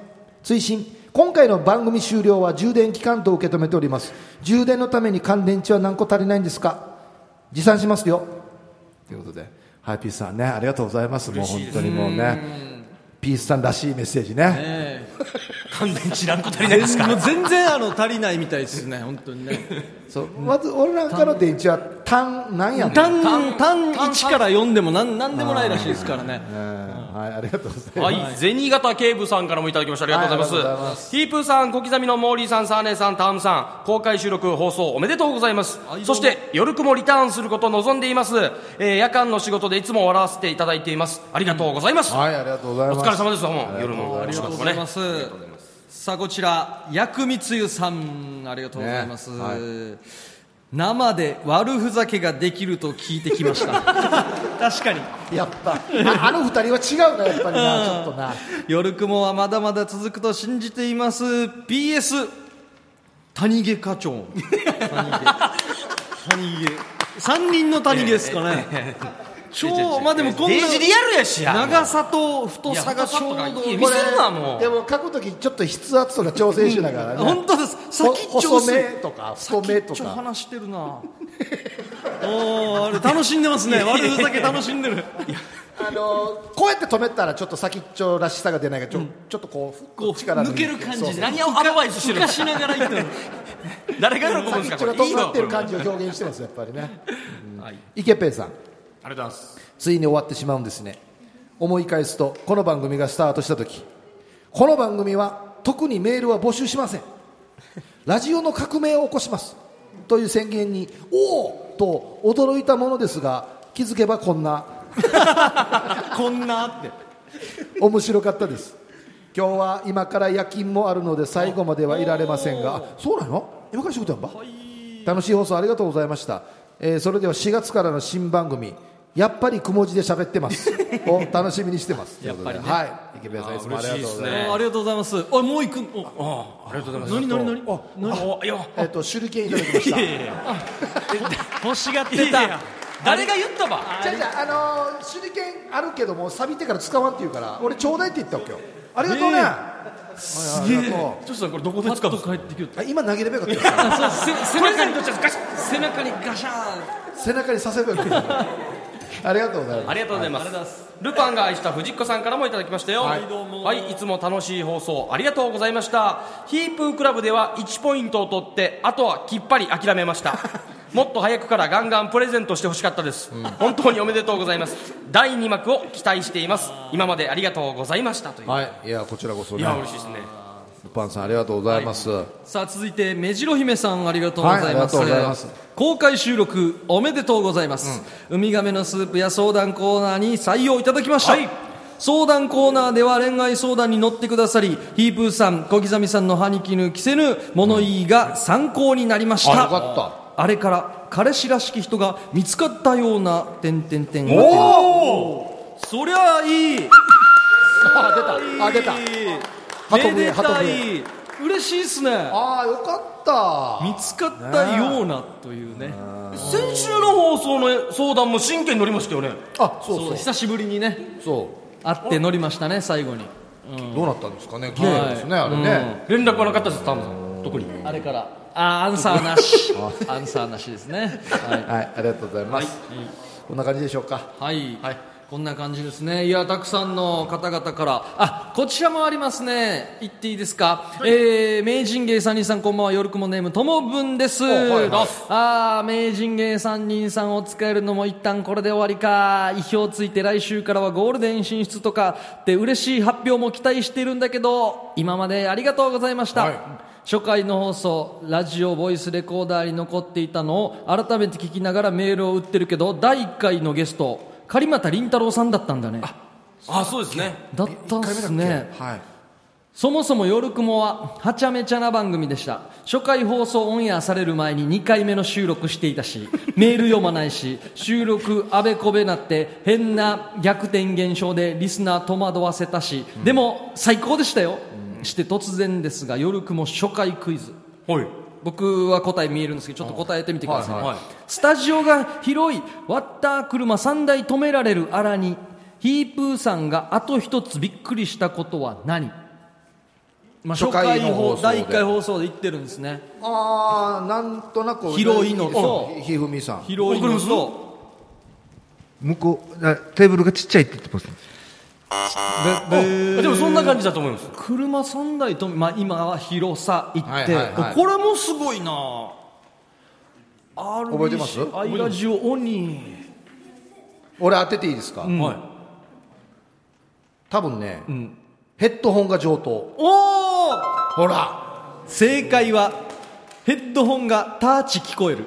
追伸、今回の番組終了は充電期間と受け止めております。充電のために乾電池は何個足りないんですか？持参しますよということで、はい、ピースさんね、ありがとうございます。もう本当にもうね、ピースさんらしいメッセージね。 ね乾電池何個足りないですか？ もう全然あの足りないみたいですね、本当にね。 そうまず俺なんかの電池は単何やねん。 単単いちからよんでも何何でもないらしいですからね。 はい、ありがとうございます。 はい、銭形警部さんからもいただきました。ありがとうございます。 はい、ありがとうございます。 ヒープーさん、小刻みのモーリーさん、サーネーさん、タームさん、公開収録放送おめでとうございます。そして夜雲リターンすることを望んでいます。えー、夜間の仕事でいつも笑わせていただいています。ありがとうございます。 はい、ありがとうございます。 お疲れ様です。もう夜のありがとうございます。さあこちら薬味つゆさん、ありがとうございます。ね、はい、生で悪ふざけができると聞いてきました。確かにやっぱ あ, あの二人は違うな、やっぱりな、ちょっとな。 夜雲はまだまだ続くと信じています。 ピーエス 谷毛課長谷毛谷毛さんにんの谷毛ですかね。超まあでもこんなデージリアルやしや、 長さと太さがちょうど見せるな。もうでも書くときちょっと筆圧とか調整しながらね。 本当です。先っちょ細めとか太めとか先っちょ話してるな。おあれ楽しんでますね。悪ふざけ楽しんでる。 あのー、こうやって止めたらちょっと先っちょらしさが出ないからちょ、うん、ちょっとこうこう力抜ける感じで何をアドバイスしてるのかしながら言ってる。 誰が喜ぶんですか？ 先っちょが尖ってる感じを表現してますやっぱりね。うん、 はい、 池ペイさん、 ありがとうございます。 ついに終わってしまうんですね。思い返すと、この番組がスタートした時、この番組は特にメールは募集しません、ラジオの革命を起こしますという宣言におおと驚いたものですが、気づけばこんなこんなって面白かったです。今日は今から夜勤もあるので最後まではいられませんが、あ、そうなの？今から仕事やんば、はい、楽しい放送ありがとうございました。えー、それではしがつからの新番組、やっぱりくも字で喋ってますを楽しみにしてます。 やっぱりね、 はい、池部さんいつもありがとうございます。 ありがとうございます。あ、もう行く。 あ、ありがとうございます。 何何何？あ、 何？いや、 えっと手裏剣いただきました。 欲しがってた。 誰が言ったば？ じゃあじゃあ、あのー、手裏剣あるけども錆びてから使わんって言うから俺ちょうだいって言ったわけよ。ありがとうね。 すげえ。 ちょっとさんこれどこで使うの？ 帰ってきよった。 今投げればよかったよ。 背中にどっちガシャ背中にガシャーン。 背中にさせばよかった。ありがとうございます。 ありがとうございます。ルパンが愛した藤子さんからもいただきましたよ。はい、どうも。はい、いつも楽しい放送ありがとうございました。ヒープークラブではいちポイントを取ってあとはきっぱり諦めました。もっと早くからガンガンプレゼントしてほしかったです、うん、本当におめでとうございます。だいに幕を期待しています。今までありがとうございましたという。 はい、いやこちらこそね。 いや嬉しいですね。 ルパンさんありがとうございます、はい、 さあ続いて目白姫さんありがとうございます、はい、ありがとうございます。公開収録おめでとうございます、うん、ウミガメのスープや相談コーナーに採用いただきました、はい、相談コーナーでは恋愛相談に乗ってくださり、ヒープーさん小刻みさんの歯に衣着せぬ物言いが参考になりました、うん、あ、よかった。あれから彼氏らしき人が見つかったような点々点がおお、そりゃいい。 あ、出た。あ、出た。 めでたい。嬉しいっすね。 ああ、よかった。 見つかったようなというね。 先週の放送の相談も真剣に乗りましたよね。 あ、そうそう。 久しぶりにね。 そう。 会って乗りましたね、最後に。 うん、どうなったんですかね。綺麗ですね、あれね。 連絡はなかったです、タムさん。特に。 あれから。あ、アンサーなし。アンサーなしですね。 はい、はい、ありがとうございます。はい、こんな感じでしょうか。 はい。はい。こんな感じですね。いや、たくさんの方々から、あ、こちらもありますね。言っていいですか。はい、えー、名人芸三人さんこんばんは、夜雲ネームともぶんです。はいはい、あー、名人芸三人さんを使えるのも一旦これで終わりか。意表ついて来週からはゴールデン進出とかって嬉しい発表も期待しているんだけど、今までありがとうございました。はい、初回の放送ラジオボイスレコーダーに残っていたのを改めて聞きながらメールを打ってるけど、だいいっかいのゲスト狩俣倫太郎さんだったんだね。 ああ、そうですね。 だったんですね。 はい、 そもそも夜雲ははちゃめちゃな番組でした。初回放送オンエアされる前ににかいめの収録していたし、メール読まないし、収録あべこべなって変な逆転現象でリスナー戸惑わせたし、うん、でも最高でしたよ、うん、して突然ですが夜雲初回クイズ。 はい、 僕は答え見えるんですけどちょっと答えてみてください、 はいはい、 スタジオが広い割った車さんだい止められるあらにヒープーさんがあと一つびっくりしたことは何？ まあ、初回放だいいっかい放送で行ってるんですね。 ああ、なんとなく広いのとひふみさん広いのと向こうテーブルがちっちゃいって言ってます。 で, でもそんな感じだと思います。 車さんだいと、まあ、今は広さ行って、はいはいはい、これもすごいな。 覚えてます？ アイラジオオニ俺当てていいですか？うん、はい、多分ね、うん、ヘッドホンが上等。 おお、 ほら正解はヘッドホンがターチ聞こえる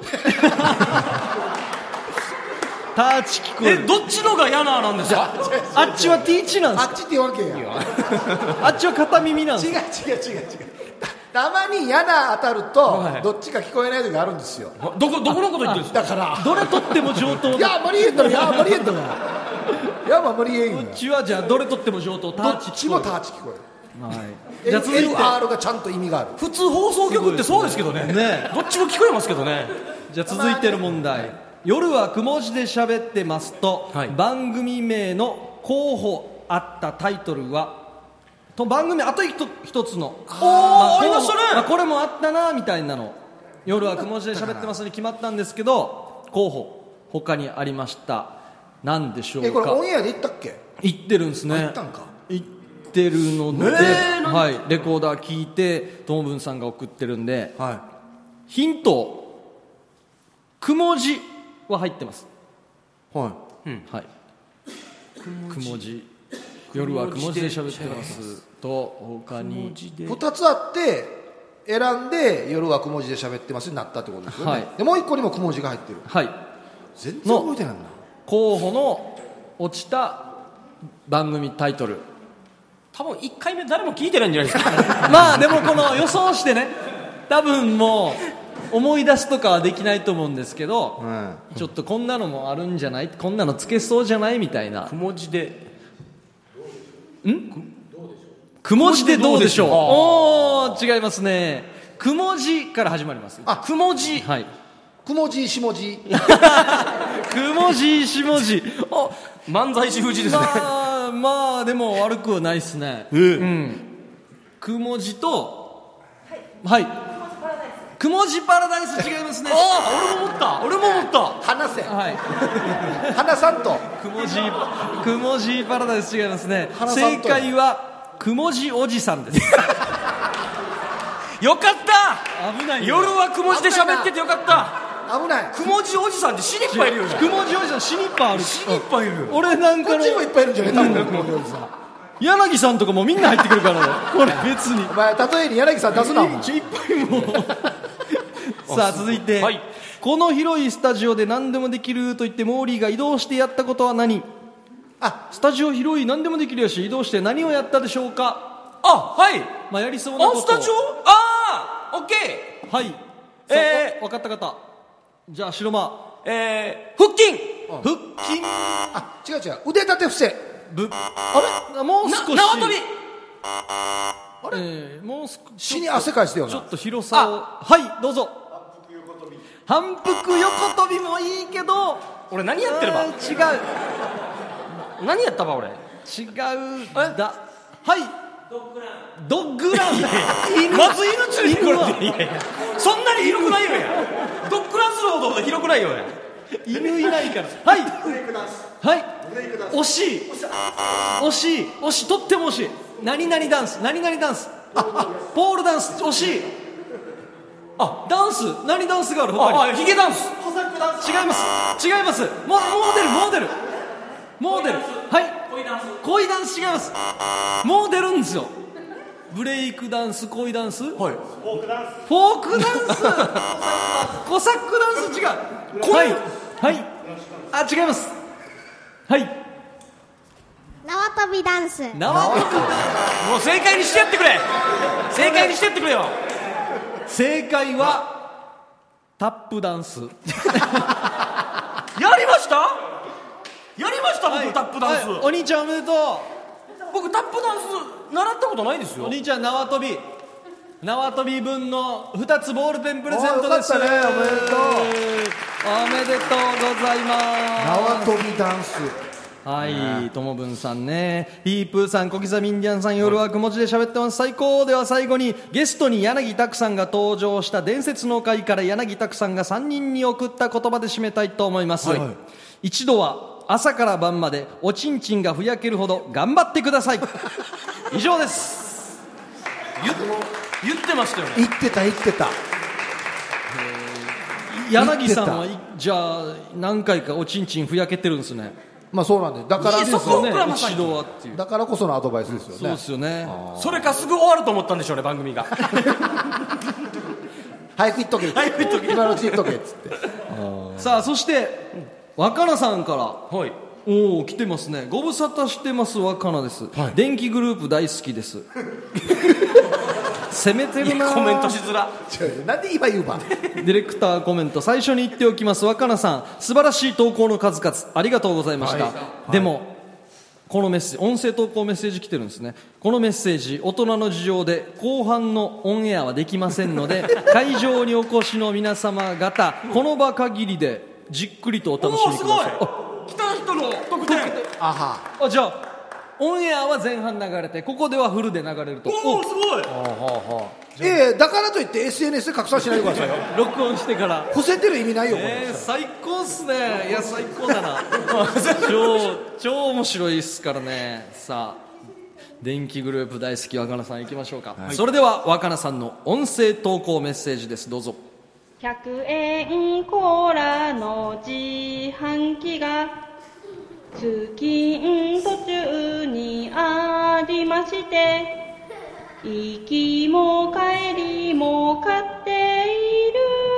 ターチ聞こえる。 え、どっちのがヤナーなんですか？ あっちはティーチなんですか？ あっちってわけやあっちは片耳なんですか？ 違う違う違う違う。たまにヤナー当たると、はい、どっちか聞こえない時があるんですよ。 どこどこのこと言ってるんですか？ だからどれ取っても上等。 いやマリエントいやマリエントがいやマリエント。 こっちはじゃあどれ取っても上等。ターチどっちもターチ聞こえる。 はい、 じゃあ続いて エルアール がちゃんと意味がある。 普通放送局ってそうですけどね。ね、どっちも聞こえますけどね。 じゃあ続いてる問題。夜はくも字で喋ってますと、はい、番組名の候補あったタイトルはと番組あと一つのあ、まあ、ありましたね、 まあ、これもあったなみたいなの。夜はくも字で喋ってますに決まったんですけど、候補他にありました。何でしょうか？ え、これオンエアで言ったっけ？ 言ってるんですね。 言ったんか。 言ってるので、えー、はい、レコーダー聞いてともぶんさんが送ってるんで、はい、ヒントくも字は入ってます。 はい、 うん、はい、くも字夜はくも字で喋ってますと他にふたつあって選んで夜はくも字で喋ってますになったってことですよね、はい、でもういっこにもくも字が入ってる。 はい、 全然覚えてないな。 候補の落ちた番組タイトル。 多分いっかいめ誰も聞いてないんじゃないですかまあでもこの予想してね、多分もう思い出すとかはできないと思うんですけど、うん、ちょっとこんなのもあるんじゃない、こんなのつけそうじゃないみたいな。 くも字でんくも字でどうでしょう。おー、違いますね。くも字から始まります。 あ、くも字、 はい、 くも字しもじくも字しもじ、 お、漫才師風字ですね。 まあ、まあでも悪くはないですね。 うん、 くも字とはい、くも字パラダイス違いますね。 あ、俺も思った俺も思った話せ、 はい話さんとくも字くも字パラダイス違いますね。正解はくも字おじさんですよかった。 危ない。 夜はくも字で喋っててよかった。 危ない。 くも字おじさんって死にっぱいいるよね。 くも字おじさん死にっぱいある。 死にっぱいいる。 俺なんかのこっちもいっぱいいるんじゃない？多分くも字おじさん。 柳さんとかもみんな入ってくるからねこれ別に。 お前例えに柳さん出すな。 いっぱいもさあ続いて、はい、この広いスタジオで何でもできると言ってモーリーが移動してやったことは何？あ、スタジオ広い何でもできるやし移動して何をやったでしょうか？ あ、はい、 まあ、やりそうなこと。 あ、スタジオ、あー、オッケー、 はい、えー、分かった方、じゃあ白間、 えー、腹筋、 腹筋、 あ、違う違う、腕立て伏せ、 ぶ、あれ、もう少し、 縄跳び、 あれ、えー、もう少し死に汗かいしてよな。 ちょっと広さを、はいどうぞ。反復横跳びもいいけど、 俺何やってれば？ 違う、 何やったば俺？ 違うだ、はい、ドッグラン、ドッグランまず犬連れてくるって。いやいや、そんなに広くないよや。ドッグランするほど広くないよや。 犬いないから。はいはい、惜しい惜しい惜しい、とっても惜しい。何々ダンス、何々ダンス、ああ、ポールダンス、惜しい。あ、ダンス、何ダンスがある？他に。 ああ、ヒゲダンス、 コサックダンス、違います違います。モモデルモデルモデル、はい、恋ダンス、恋ダンス違います。もう出るんですよ。ブレイクダンス、恋ダンス、はい、フォークダンス、フォークダンスコサックダンス違う。はいはい、あ、違います。はい、 縄跳びダンス、 縄跳び、 もう正解にしてやってくれ正解にしてやってくれよ。 正解はタップダンス。 やりましたやりました僕、はい、タップダンス、はい、 お兄ちゃんおめでとう。 僕タップダンス習ったことないですよ。 お兄ちゃん縄跳び、縄跳び分のふたつボールペンプレゼントです。 よかったね、おめでとう。 おめでとうございます。 縄跳びダンス、 はいともぶんさんね、ヒープーさん、小刻みインディアンさん、夜はく文字で喋ってます、最高。では最後にゲストに柳拓さんが登場した伝説の回から柳拓さんがさんにんに送った言葉で締めたいと思います、はいはい、一度は朝から晩までおちんちんがふやけるほど頑張ってください以上です。 言, 言ってましたよね。 言ってた言ってた。 柳さんはじゃあ何回かおちんちんふやけてるんですね。 まあそうなんで、だからですよね、一度はっていう、 だからこそのアドバイスですよね。 そうですよね。 それかすぐ終わると思ったんでしょうね、番組が早く言っとけ早く言っとけ今のうち言っとけっつってさあそして若菜さんから、はい、おお来てますね。ご無沙汰してます若菜です、はい、電気グループ大好きです攻めてるな。 コメントしづら。 なんで今言うばディレクターコメント、最初に言っておきます。若菜さん、素晴らしい投稿の数々ありがとうございました、はい、でもこのメッセージ、音声投稿メッセージ来てるんですね。このメッセージ、大人の事情で後半のオンエアはできませんので会場にお越しの皆様方、この場限りでじっくりとお楽しみください。 来た人の特典。 あはあ、じゃあオンエアは前半流れて、ここではフルで流れると。 おおすごい。 ええ、だからといって エスエヌエス で拡散しないでくださいよ録音してから伏せてる意味ないよ、 えー、最高っすね。いや最高だな超超面白いっすからね。さあ電気グループ大好き若菜さんいきましょうか、はい、それでは若菜さんの音声投稿メッセージです。どうぞ。 ひゃくえんコーラの自販機が通勤途中にありまして、行きも帰りも買っている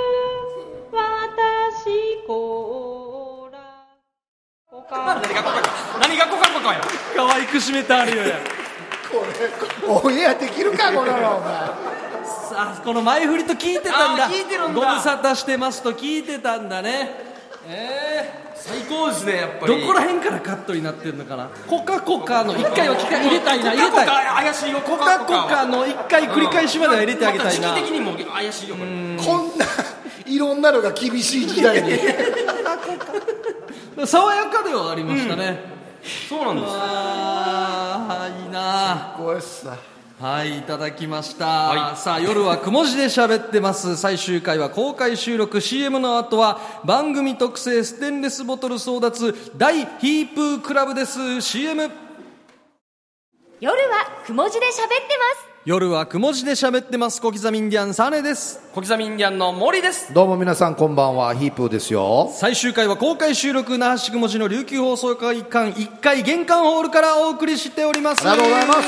私コーラコカ何がコカ何がコカコカや。 可愛く締めてあるよやこれオンエアできるかこのお前さあこの前振りと聞いてたんだ。 聞いてるんだ。 ご無沙汰してますと聞いてたんだね。えー、最高ですね。やっぱりどこら辺からカットになってるのかな。コカコカの一回は入れたいな。入れたい。 怪しいよ。 コカコカの一回繰り返しまでは入れてあげたいな。 時期的にも怪しいよこれ。 こんないろんなのが厳しい時代に爽やかではありましたね、 うん、そうなんです。 あーいいな。 すごいっすな。 はい、いただきました、はい、さあ夜はく文字で喋ってます。最終回は公開収録。 シーエム の後は番組特製ステンレスボトル争奪大ヒープークラブです。 シーエム。 夜はく文字で喋ってます。 夜はく文字で喋ってます。小刻みインディアンサネです。 小刻みインディアンの森です。 どうも皆さんこんばんは、ヒープーですよ。 最終回は公開収録那覇市く文字の琉球放送会館いっかい玄関ホールからお送りしております。 ありがとうございます。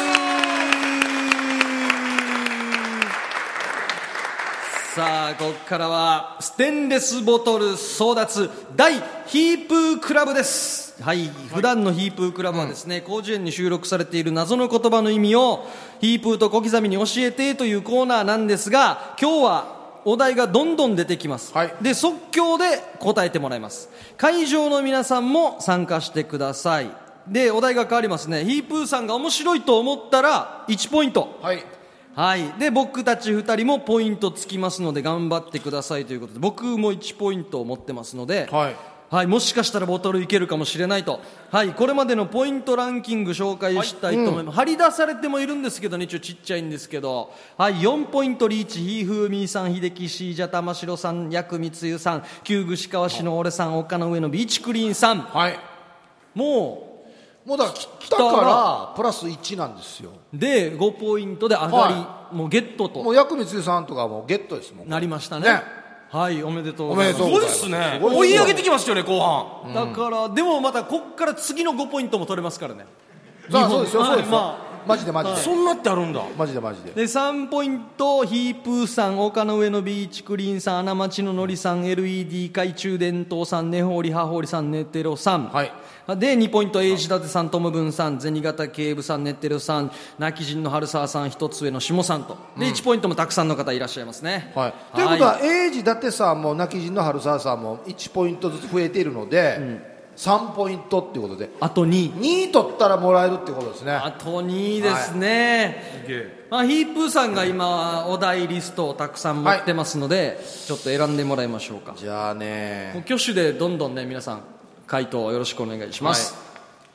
さあここからはステンレスボトル争奪大ヒープークラブです。はい、普段のヒープークラブはですね、広辞苑に収録されている謎の言葉の意味をヒープーと小刻みに教えてというコーナーなんですが、今日はお題がどんどん出てきます、はい、で即興で答えてもらいます。会場の皆さんも参加してください。でお題が変わりますね。ヒープーさんが面白いと思ったらいちポイント、 はいはい、で僕たちふたりもポイントつきますので頑張ってくださいということで、僕もいちポイントを持ってますので、はいはい、もしかしたらボトルいけるかもしれないと、はい、これまでのポイントランキング紹介したいと思います、はいうん、張り出されてもいるんですけどね、一応ちっちゃいんですけど、はい、よんポイントリーチ、ひーふーみーさん、秀樹シージャ玉城さん、やくみつゆさん、旧串川市の俺さん、丘の上のビーチクリーンさん、はい、もうもうだから来たからプラスいちなんですよ。 でごポイントで上がり、はい、もうゲットと、 もう薬光さんとかもうゲットですもん。 なりましたね、ね、はい、おめでとうございます。 すごいっすね。追い上げてきましたよね後半、 うん、だからでもまたこっから次のごポイントも取れますからね。 ああそうですよ、そうですよ、まあマジでマジで、 はい、そんなってあるんだ。 マジでマジで。 でさんポイントヒープーさん、丘の上のビーチクリーンさん、穴町ののりさん、 エルイーディー 懐中電灯さん、根掘り葉掘りさん、ネテロさん、はい、でにポイントエイジダテさん、トムブンさん、銭形警部さん、ネテロさん、泣き人の春沢さん、一つ上の下さんと、でいちポイントもたくさんの方いらっしゃいますね、 はい、ということはエイジダテさんも泣き人の春沢さんもいちポイントずつ増えているので、うん、さんポイントっていうことで、 あとにに取ったらもらえるってことですね。 あとにですね、はい、まあ、ヒープーさんが今お題リストをたくさん持ってますので、はい、ちょっと選んでもらいましょうか。 じゃあね、 もう挙手でどんどんね皆さん回答よろしくお願いします、 はい、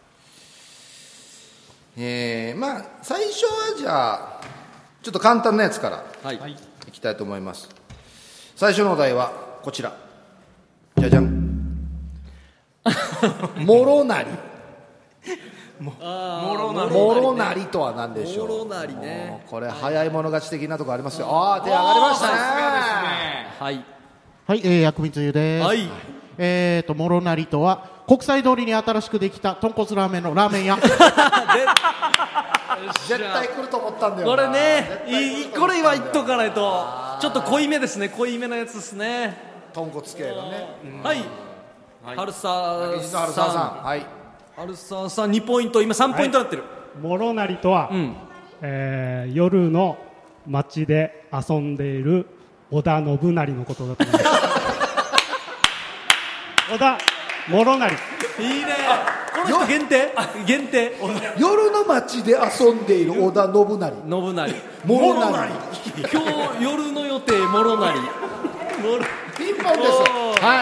えー、まあ最初はじゃあちょっと簡単なやつからはいいきたいと思います。最初のお題はこちら、じゃじゃんもろなり。もろなりもろなりとは何でしょう。 もろなりね。 これ早い者勝ち的なところありますよ。ああ手上がりましたね。 はいはい、えー、薬味つゆです。 はい。 えーと、もろなりとは、国際通りに新しくできた豚骨ラーメンのラーメン屋。 絶対来ると思ったんだよな。 これね、いこれは言っとかないとちょっと濃いめですね。濃いめのやつですね。 豚骨系のね。 はい、春沢西野春沢さん。はい。 春沢さんにポイント、今さんポイントになってる。 もろなりとは、 うんえー夜の街で遊んでいる織田信成のことだと思います織田もろなり。 いいね。この人限定限定。 夜の街で遊んでいる織田信成。 信成もろなり。 今日夜の予定もろなり。 ピンポンです。はい。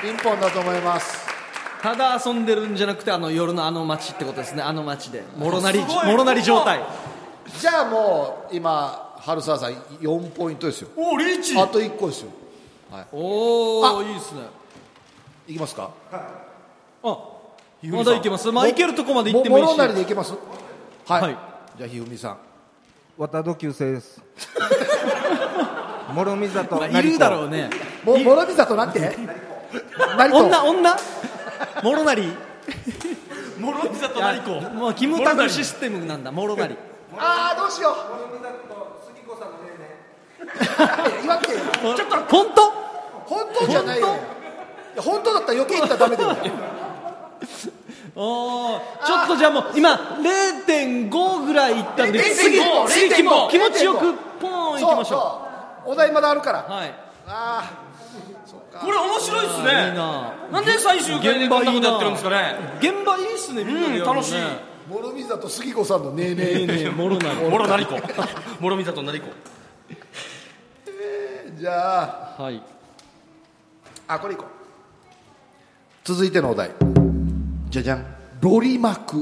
ピンポンだと思います。 ただ遊んでるんじゃなくて、あの夜のあの街ってことですね。あの街でもろなりもろなり状態。 じゃあもう今春沢さんよんポイントですよ。 おリーチ。 あといっこですよ。はい。 おおいいですね。 いきますか。 あまだいけます。まあいけるとこまで行ってもいいし。 もろなりでいけます。はい。 はい、 じゃあひふみさん。 綿同級生です。諸見里まあ、いるだろうね。 も諸見里なんて何と女女もろなりもろみざとなりこ。もうキムタクシステムなんだ。もろなり。 ああどうしよう。言わんけよ。 ちょっと本当本当じゃないよ。いや本当だったら余計言ったらダメだよ。 おーちょっとじゃあもう今 れいてんご ぐらいいったんで、次次気持ちよくポーンいきましょう。お題まだあるから。 はい。 ああこれ面白いっすね。 いいな。 なんで最終回でこんなことやってるんですかね。 現場いいっすね。みんなでやるのね。 楽しい。 諸見里杉子さんのねえねえねえもろなりもろなりこもろみざとなりこ。 じゃあはいあこれいこう。続いてのお題じゃじゃん。ロリ幕。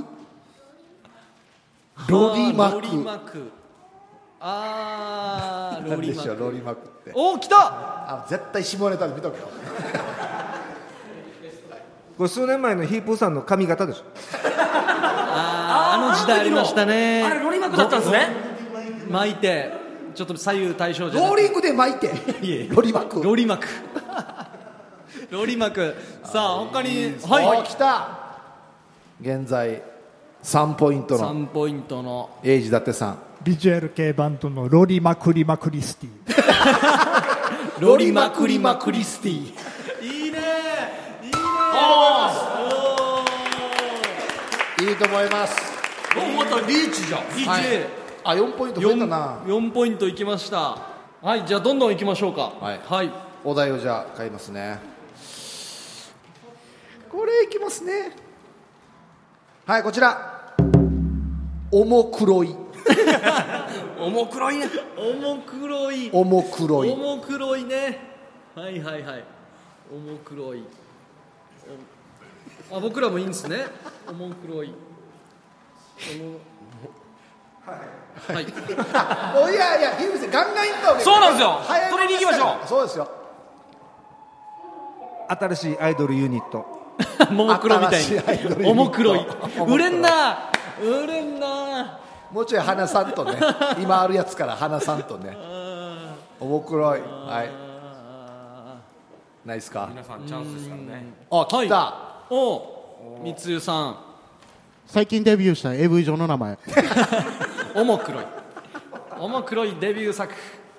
ロリ幕。 ロリ幕。あーロリ幕。 ロリ幕っておー来た。 あ絶対下ネタで見とけよ。 これ数年前のヒープーさんの髪型でしょ。 あーあの時代ありましたね。 あれロリ幕だったんですね。 巻いてちょっと左右対称じゃなローリングで巻いてロリ幕。 ロリ幕ロリ幕。さあ他にはい来た。現在さんポイントのさんポイントのエイジダテさん。 ビジュアル系バンドのロリマクリマクリスティ。 ロリマクリマクリスティ。 いいねいいね。 いいと思います。 またリーチじゃん。リーチ、 はい、あよんポイント増えたな。 よんポイントいきました。はいじゃあどんどんいきましょうか。 はい、 はい、 お題をじゃあ買いますね。これいきますね。はいこちらおも黒いおも黒いね。 おも黒いおも黒いおも黒いね。はいはいはい。おも黒い。あ僕らもいいんですね。おも黒い。おもはいはいおいやいやひふみさんガンガンいったわけ。 そうなんですよ。 早いそれに行きましょう。そうですよ。 新しいアイドルユニット。 ももクロみたいにおも黒い。売れんな売れんな。 もうちょい花さんとね今あるやつから花さんとねおも黒い。はいないっすか。 皆さんチャンスですからね。 あ来た、 はい、おみつゆさん最近デビューした エーブイ 上の名前おも黒いおも黒いデビュー作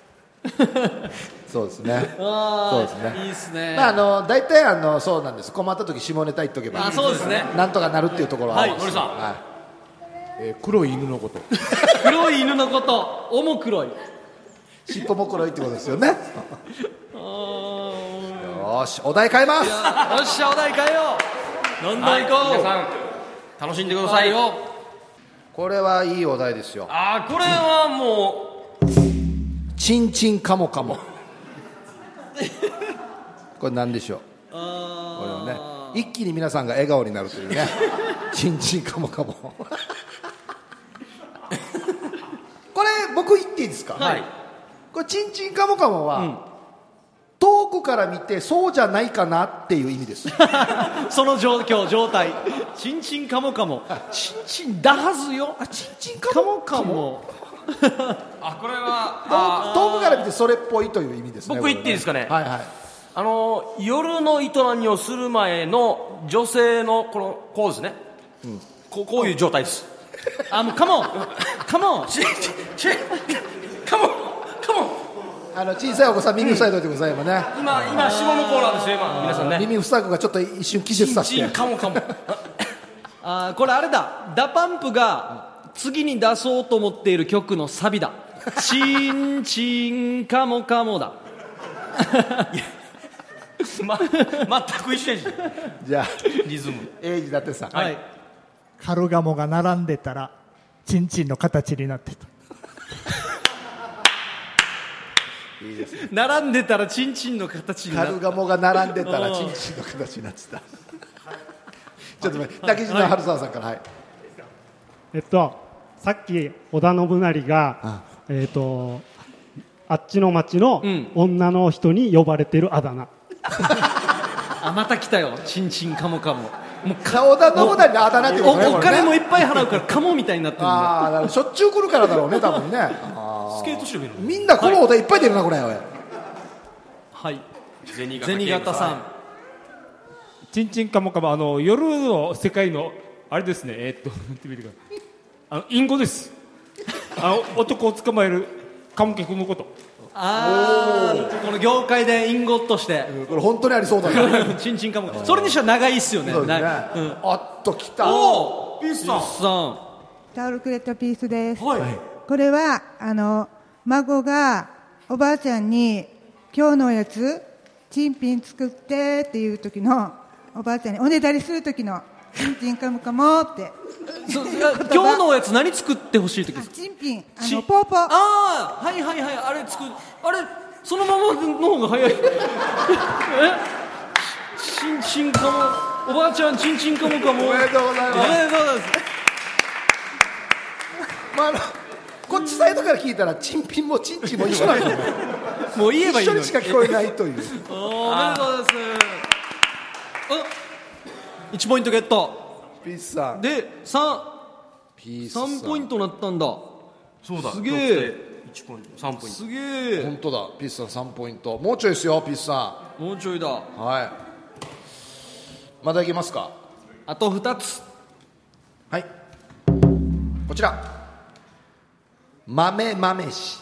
そうですね。 あそうですね。 いいですね。 まああの大体あのそうなんです。困った時下ネタ言っとけば。 あそうですね。 なんとかなるっていうところは。 はい森さん。 はい。えー、黒い犬のこと。 黒い犬のこと。おも黒い。 尻尾も黒いってことですよね。よーしお題変えます。 よっしゃお題変えよう。どんどん行こう。 はい、皆さん楽しんでくださいよ。 これはいいお題ですよ。 あーこれはもうチンチンカモカモこれ何でしょう。これはね一気に皆さんが笑顔になるというねチンチンカモカモ僕言っていいですか。 はい。 これチンチンカモカモは、うん、遠くから見てそうじゃないかなっていう意味です。 その状況状態。チンチンカモカモ。チンチンだはずよ。 あ、チンチンカモカモ。 あ、これは遠くから見てそれっぽいという意味ですね。 僕言っていいですかね。 はいはい。 あの夜の営みをする前の女性のこのこうですね。うん、こ, こういう状態です。 あ、もうカモンカモンチカモンカモン。 あの小さいお子さん耳塞いでおいてください。今ね。 今今下のコーナーですよ今皆さんね。 耳塞ぐがちょっと一瞬気絶させて。 チンチンカモンカモン。 あ、これあれだ。ダパンプが次に出そうと思っている曲のサビだ。チンチンカモカモだ。 ま、全く一緒やし。 じゃあリズムエイジだってさ、 はい、 カルガモが並んでたらチンチンの形になってた。 いいですね。 並んでたらチンチンの形になった。 カルガモが並んでたらチンチンの形になってた。ちょっと待って、泣き島春沢さんから。はい。 えっとさっき織田信成があえっとあっちの町の女の人に呼ばれてるあだ名。 あ、また来たよ。チンチンカモカモ。 もう顔だのだりのあだ名ってことね。 お金もいっぱい払うからカモみたいになってるんだ。 ああ、しょっちゅう来るからだろうね多分ね。 スケートしてみる。 みんなこのお題いっぱい出るなこれ。 はい。 銭形さん。 チンチンカモカモ、あの夜の世界のあれですね。えー、っと言ってみてください。あの隠語です。あの男を捕まえるカモケ君のこと。 ああ、この業界で隠語として、 うん、これ本当にありそうだね。 チンチンカモカモ。それにしては長いっすよね。 そうですね。うん、あっと来た。 おー、ピースさん。 ピースさん。 タオルくれたピースです。 はい。 これはあの孫がおばあちゃんに今日のおやつチンピン作ってっていう時のおばあちゃんにおねだりする時のチンチンカモカモって。 そ今日のおやつ何作ってほしい時ですか。 チンピン、あのポーポー。 ああ、はいはいはい、あれ作る。あれそのままの方が早い。え、チンチンカモ、おばあちゃんチンチンカモカモ。 おめでとうございます。 おめでとうございます。 まああのこっちサイドから聞いたらチンピンもチンチンも一緒なんですよ。 もう言えばいいのに。 一緒にしか聞こえないという。 おめでとうございます。いちポイントゲット。 ピースさんでさんピースさんさんポイントなったんだ。 そうだ。 すげえ。 いちポイントさんポイント。 すげえ。 本当だ。ピースさんさんポイント。もうちょいですよピースさん。もうちょいだ。 はい。まだいけますか。 あとふたつ。 はい。こちら。豆豆し。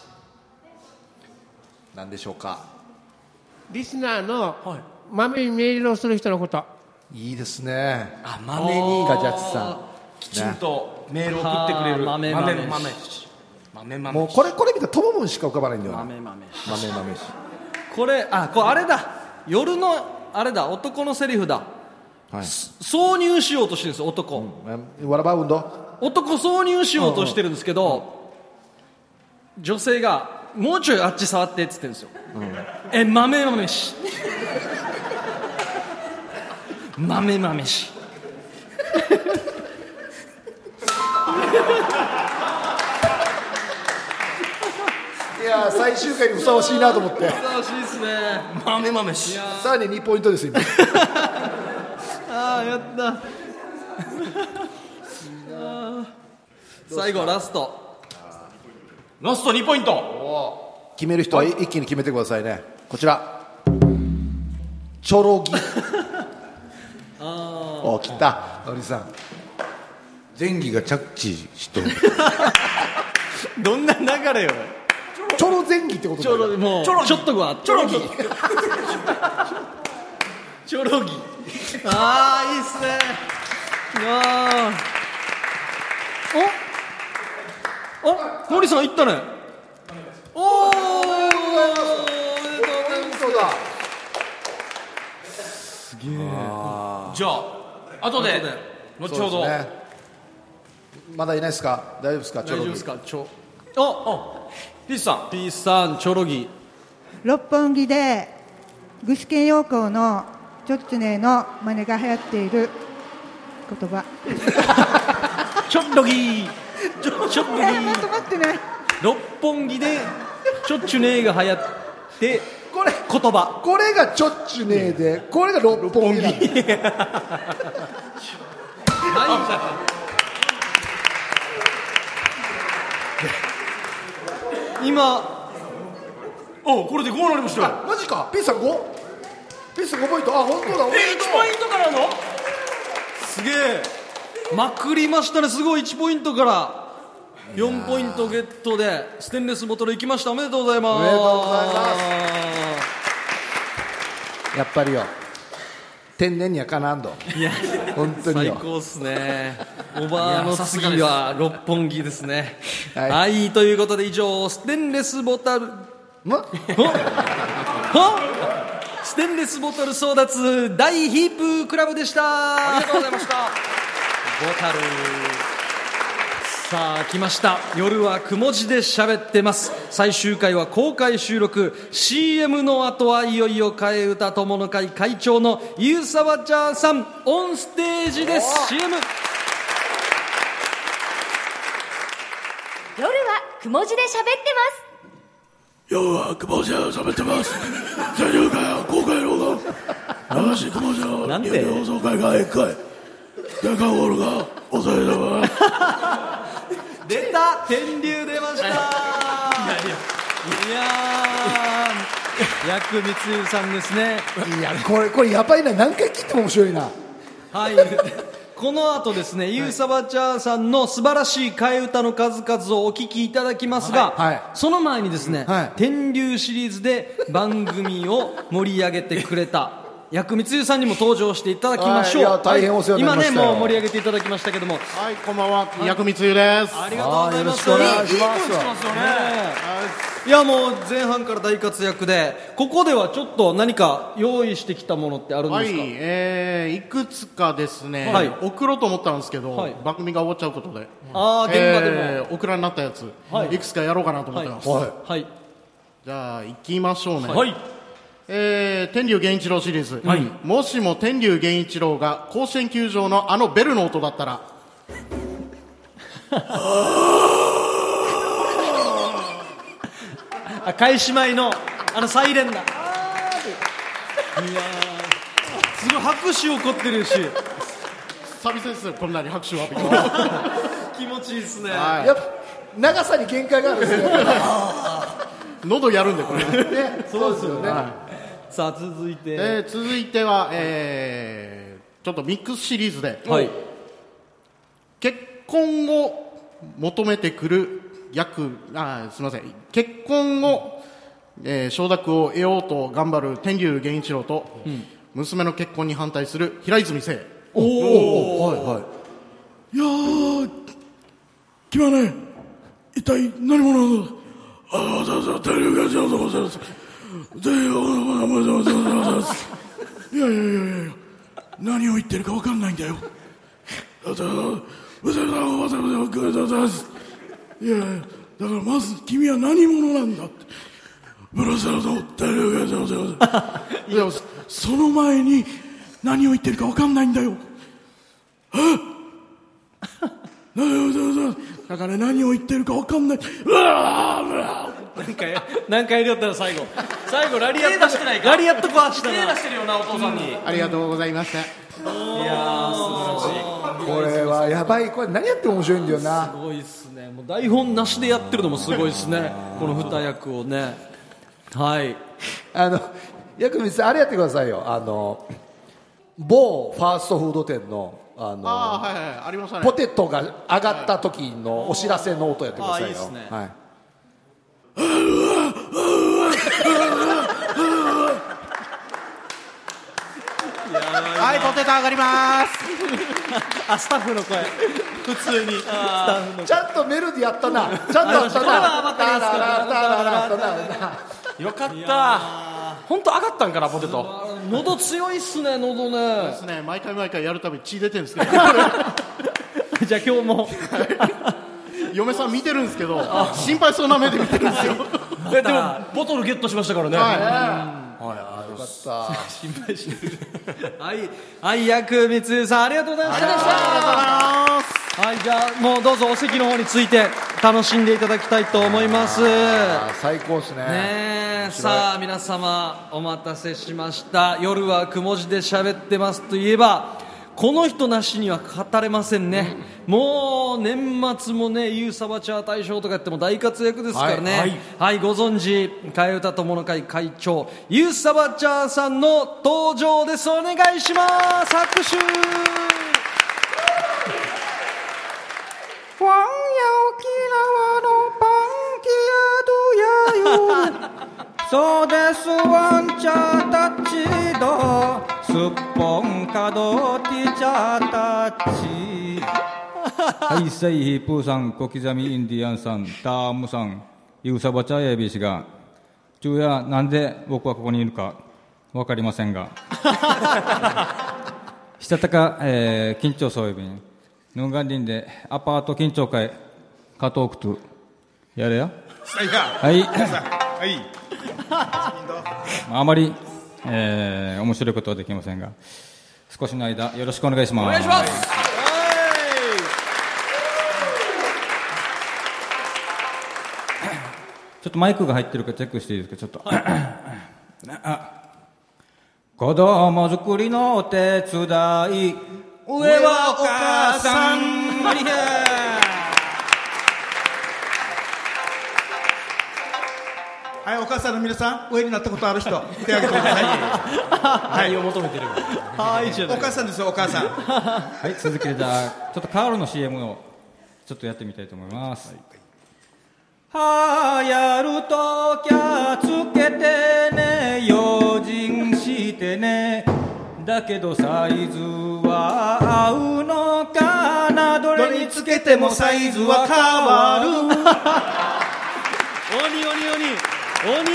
なんでしょうか。 リスナーの豆にメールをする人のこと。 いいですね。 あ、豆にガジャツさんきちんとメールを送ってくれる。 豆豆豆豆豆豆。 もうこれこれ見たらトモモンしか浮かばないんだよな。 豆豆豆豆し。 これあこれあれだ。夜のあれだ男のセリフだ。はい。挿入しようとしてるんですよ男。 うん、わらばうんど。 男挿入しようとしてるんですけど、うん、女性がもうちょいあっち触ってって言ってるんですよ。うん、え豆豆し。豆豆し。 いや最終回にふさわしいなと思って。 ふさわしいですね。 豆豆し。 さらににポイントです今。 ああやった。最後ラスト。 ラストにポイント。 決める人は一気に決めてくださいね。こちら。チョロギ。 あお来たのりさん。 前儀が着地しとる。 どんな流れよ。 チョロ前儀ってことだよ。チョロもうちょっとはチョロギ。チョロギ。ああいいっすね。あおおのりさんいったね。おおすげえ。 じゃあ後で後ほど、ね、 まだいないですか。大丈夫ですか。 大丈夫ですか。ちょおピースさんピースさんチョロギ。 六本木で具志堅用高のちょっとねの真似が流行っている言葉。 ちょっとぎーちょっとぎー。 えー、待って待ってね。 六本木でちょっちゅねーが流行ってこれ言葉これがちょっちゅねーでこれが六本木なんだ今おこれでごになりましたよ。 マジか。ピースさん ご？ ピースごポイント。あ本当だ。おめでとう。 いちポイントからのすげえまくりましたね。すごいいちポイントからよんポイントゲットでステンレスボトルいきました。おめでとうございます。 おめでとうございます。やっぱりよ天然にはかなんど。 いや本当によ最高っすね。おばあの次は六本木ですね。はい、はい、ということで以上ステンレスボトルまステンレスボトル争奪大ヒープクラブでした。 ありがとうございました。 ボタルさあ来ました。夜はくも字で喋ってます。最終回は公開収録。 シーエム の後はいよいよ替え歌友の会会長のゆうさわちゃーさんオンステージです。 シーエム夜はくも字で喋ってます。 夜はくも字で喋ってます。最終回は公開録画私くも字のなんで放送会がいっかい夜間ホールがお世話になります出た天竜出ました。いやいややくみつゆさんですね。 いやこれこれやばいな。何回切っても面白いな。 はいこの後ですね、ゆうさばちゃーさんの素晴らしい替え歌の数々をお聞きいただきますが、 はいはい、 その前にですね、はい、天竜シリーズで番組を盛り上げてくれたやくみつゆさんにも登場していただきましょう。 はい、大変お世話になりましたよ。 今ねもう盛り上げていただきましたけども、 はいこんばんは、やくみつゆです。 ありがとうございます。 よろしくお願いします。 いい声してますよね。いやもう前半から大活躍で、ここではちょっと何か用意してきたものってあるんですか？ はい、えー、いくつかですね、 はい、 送ろうと思ったんですけど、 はい、 番組が終わっちゃうことで、 あー現場でも、 えー、オクラになったやつ、はい、いくつかやろうかなと思ってます。 はいはいはい、 じゃあ行きましょうね。 はい、 えー、天竜源一郎シリーズ、 はい、もしも天竜源一郎が甲子園球場のあのベルの音だったらあ開始前のあのサイレンだ。いやすごい拍手起こってるし久々ですよこんなに拍手を浴びて気持ちいいですね。 はい、やっぱ長さに限界があるんですね喉やるんでこれ、ね、 そうですよね。はい、 さあ続いて、 えー、続いては、えー、ちょっとミックスシリーズで、 はい、 結婚を求めてくる役あすみません結婚を、えー、承諾を得ようと頑張る天竜源一郎と、うん、娘の結婚に反対する平泉成。 おおはいはい。 いやー君はね一体何者なのだ。ああそうそう天竜源一郎でございます。いやいやいやいや何を言ってるか分かんないんだよ。いやだからまず君は何者なんだってブラザーの大量がいやその前に何を言ってるか分かんないんだよ。だから何を言ってるか分かんない。うわなんかなんかやりよったら最後最後ラリアットしてないかラリアット壊したな。 手出してるよなお父さんに、 うん、ありがとうございました。いやー素晴らしい。 これはやばい。これ何やっても面白いんだよな。 すごいっすね。もう台本なしでやってるのもすごいっすねこの二役をね。はいあのやくみさんあれやってくださいよ。あの某ファーストフード店のあのあ、はいはい、ありましたね、 ポテトが上がった時のお知らせの音やってくださいよ。 あいいっすね。 はいはいポテト上がりますあスタッフの声普通にスタッフの声ちゃんとメロディーやったな。ちゃんとやったな。 よかった本当上がったんかなポテト。 喉強いっすね喉ね。 ですね毎回毎回やるたび血出てるんですけどじゃあ今日も嫁さん見てるんですけど心配そうな目で見てるんですよえでもボトルゲットしましたからね。 はい、 はい、よかった心配してるはいはいやくみつゆさんありがとうございました。 ありがとうございます。 はい、じゃあもうどうぞお席の方について楽しんでいただきたいと思います。 最高ですね。 ねさあ皆様お待たせしました。夜はくも字で喋ってますといえばこの人なしには語れませんね、うん、もう年末もねユーサバチャー大賞とかやっても大活躍ですからね。はい、はいはい、ご存知替え歌友の会会長ユーサバチャーさんの登場です。お願いします。拍手。 ワンや沖縄のパンキヤドヤユそうですワンチャたちどすっぽんかどティチャたちはいせいヒプーさん小刻みインディアンさんタームさんユーサバチャーやびしが昼夜なんで僕はここにいるか分かりませんがしたたか、えー、緊張そういびんヌンガンリンでアパート緊張会加藤区とやれやはいはいあまり、えー、面白いことはできませんが少しの間よろしくお願いします。お願いします。ちょっとマイクが入ってるかチェックしていいですか。ちょっとあ子供作りのお手伝い上はお母さんはい、お母さんの皆さん上になったことある人手挙げてください。 はいを求めてる。 はい、お母さんですよお母さん。 はい、続きでじゃあちょっとカールの シーエム をちょっとやってみたいと思います。はやるときゃつけてね用心してねだけどサイズは合うのかなどれにつけてもサイズは変わる鬼鬼鬼鬼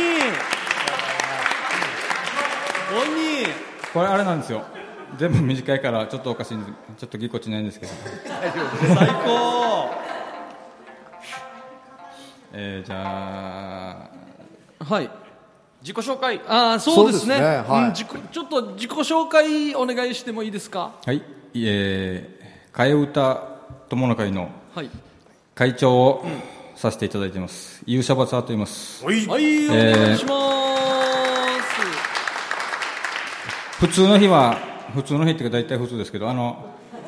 鬼これあれなんですよ全部短いからちょっとおかしいんでちょっとぎこちないんですけど最高えー、じゃあはい自己紹介。 ああそうですね、 そうですね、はい、 うん、自己ちょっと自己紹介お願いしてもいいですか。 はい、えー、替え歌友の会の会長を、 はい、 させていただいていますユーシャバツァーと言います。 はい、はい、お願いします、 普通の日は普通の日っていうか大体普通ですけどあの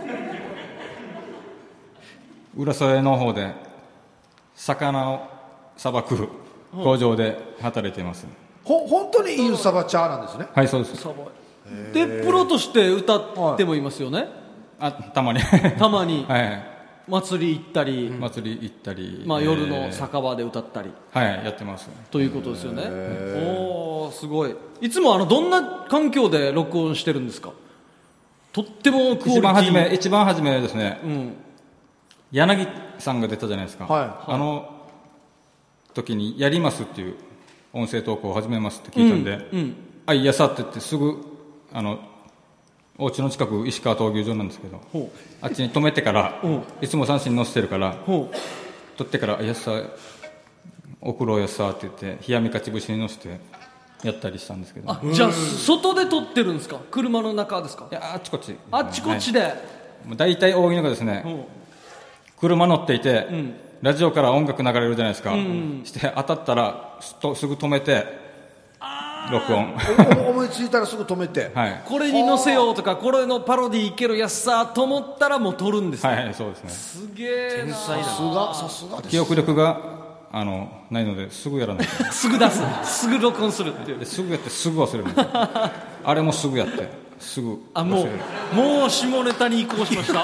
浦添の方で魚をさばく工場で働いています。 ほ本当にユーサバチャーなんですね。 はいそうです。 でプロとして歌ってもいますよね。 あたまにたまに、 はい、 祭り行ったり、 うん、祭り行ったり、 まあ、夜の酒場で歌ったり、 はいやってますということですよね。おーすごい。いつもあのどんな環境で録音してるんですか。とってもクオリティ一番初め一番初めですね、 うん、 柳さんが出たじゃないですか、 はいはい、 あの時にやりますっていう音声投稿を始めますって聞いたんで、 うんうん、 あいやさって言ってすぐあのお家の近く石川闘牛場なんですけどあっちに止めてからいつも三振乗せてるから取ってからやっさ送ろうやっさって言って冷やみかち節に乗せてやったりしたんですけど。 あじゃあ外で撮ってるんですか車の中ですか。 いやあっちこっちあっちこっちで、はい、 大体大喜利がですね車乗っていて、うん、ラジオから音楽流れるじゃないですか、うん、して当たったらすぐ止めて録音思いついたらすぐ止めて、 はい、 これに載せようとかこれのパロディいけるやつさと思ったらもう撮るんですね。 はい、はい、そうですね。 すげえな。 天才だ。さすがさすがです。 記憶力があのないのですぐやらないすぐ出すすぐ録音するっていうですぐやってすぐ忘れるんですあれもすぐやってすぐ忘れる。 あもうもう下ネタに移行しました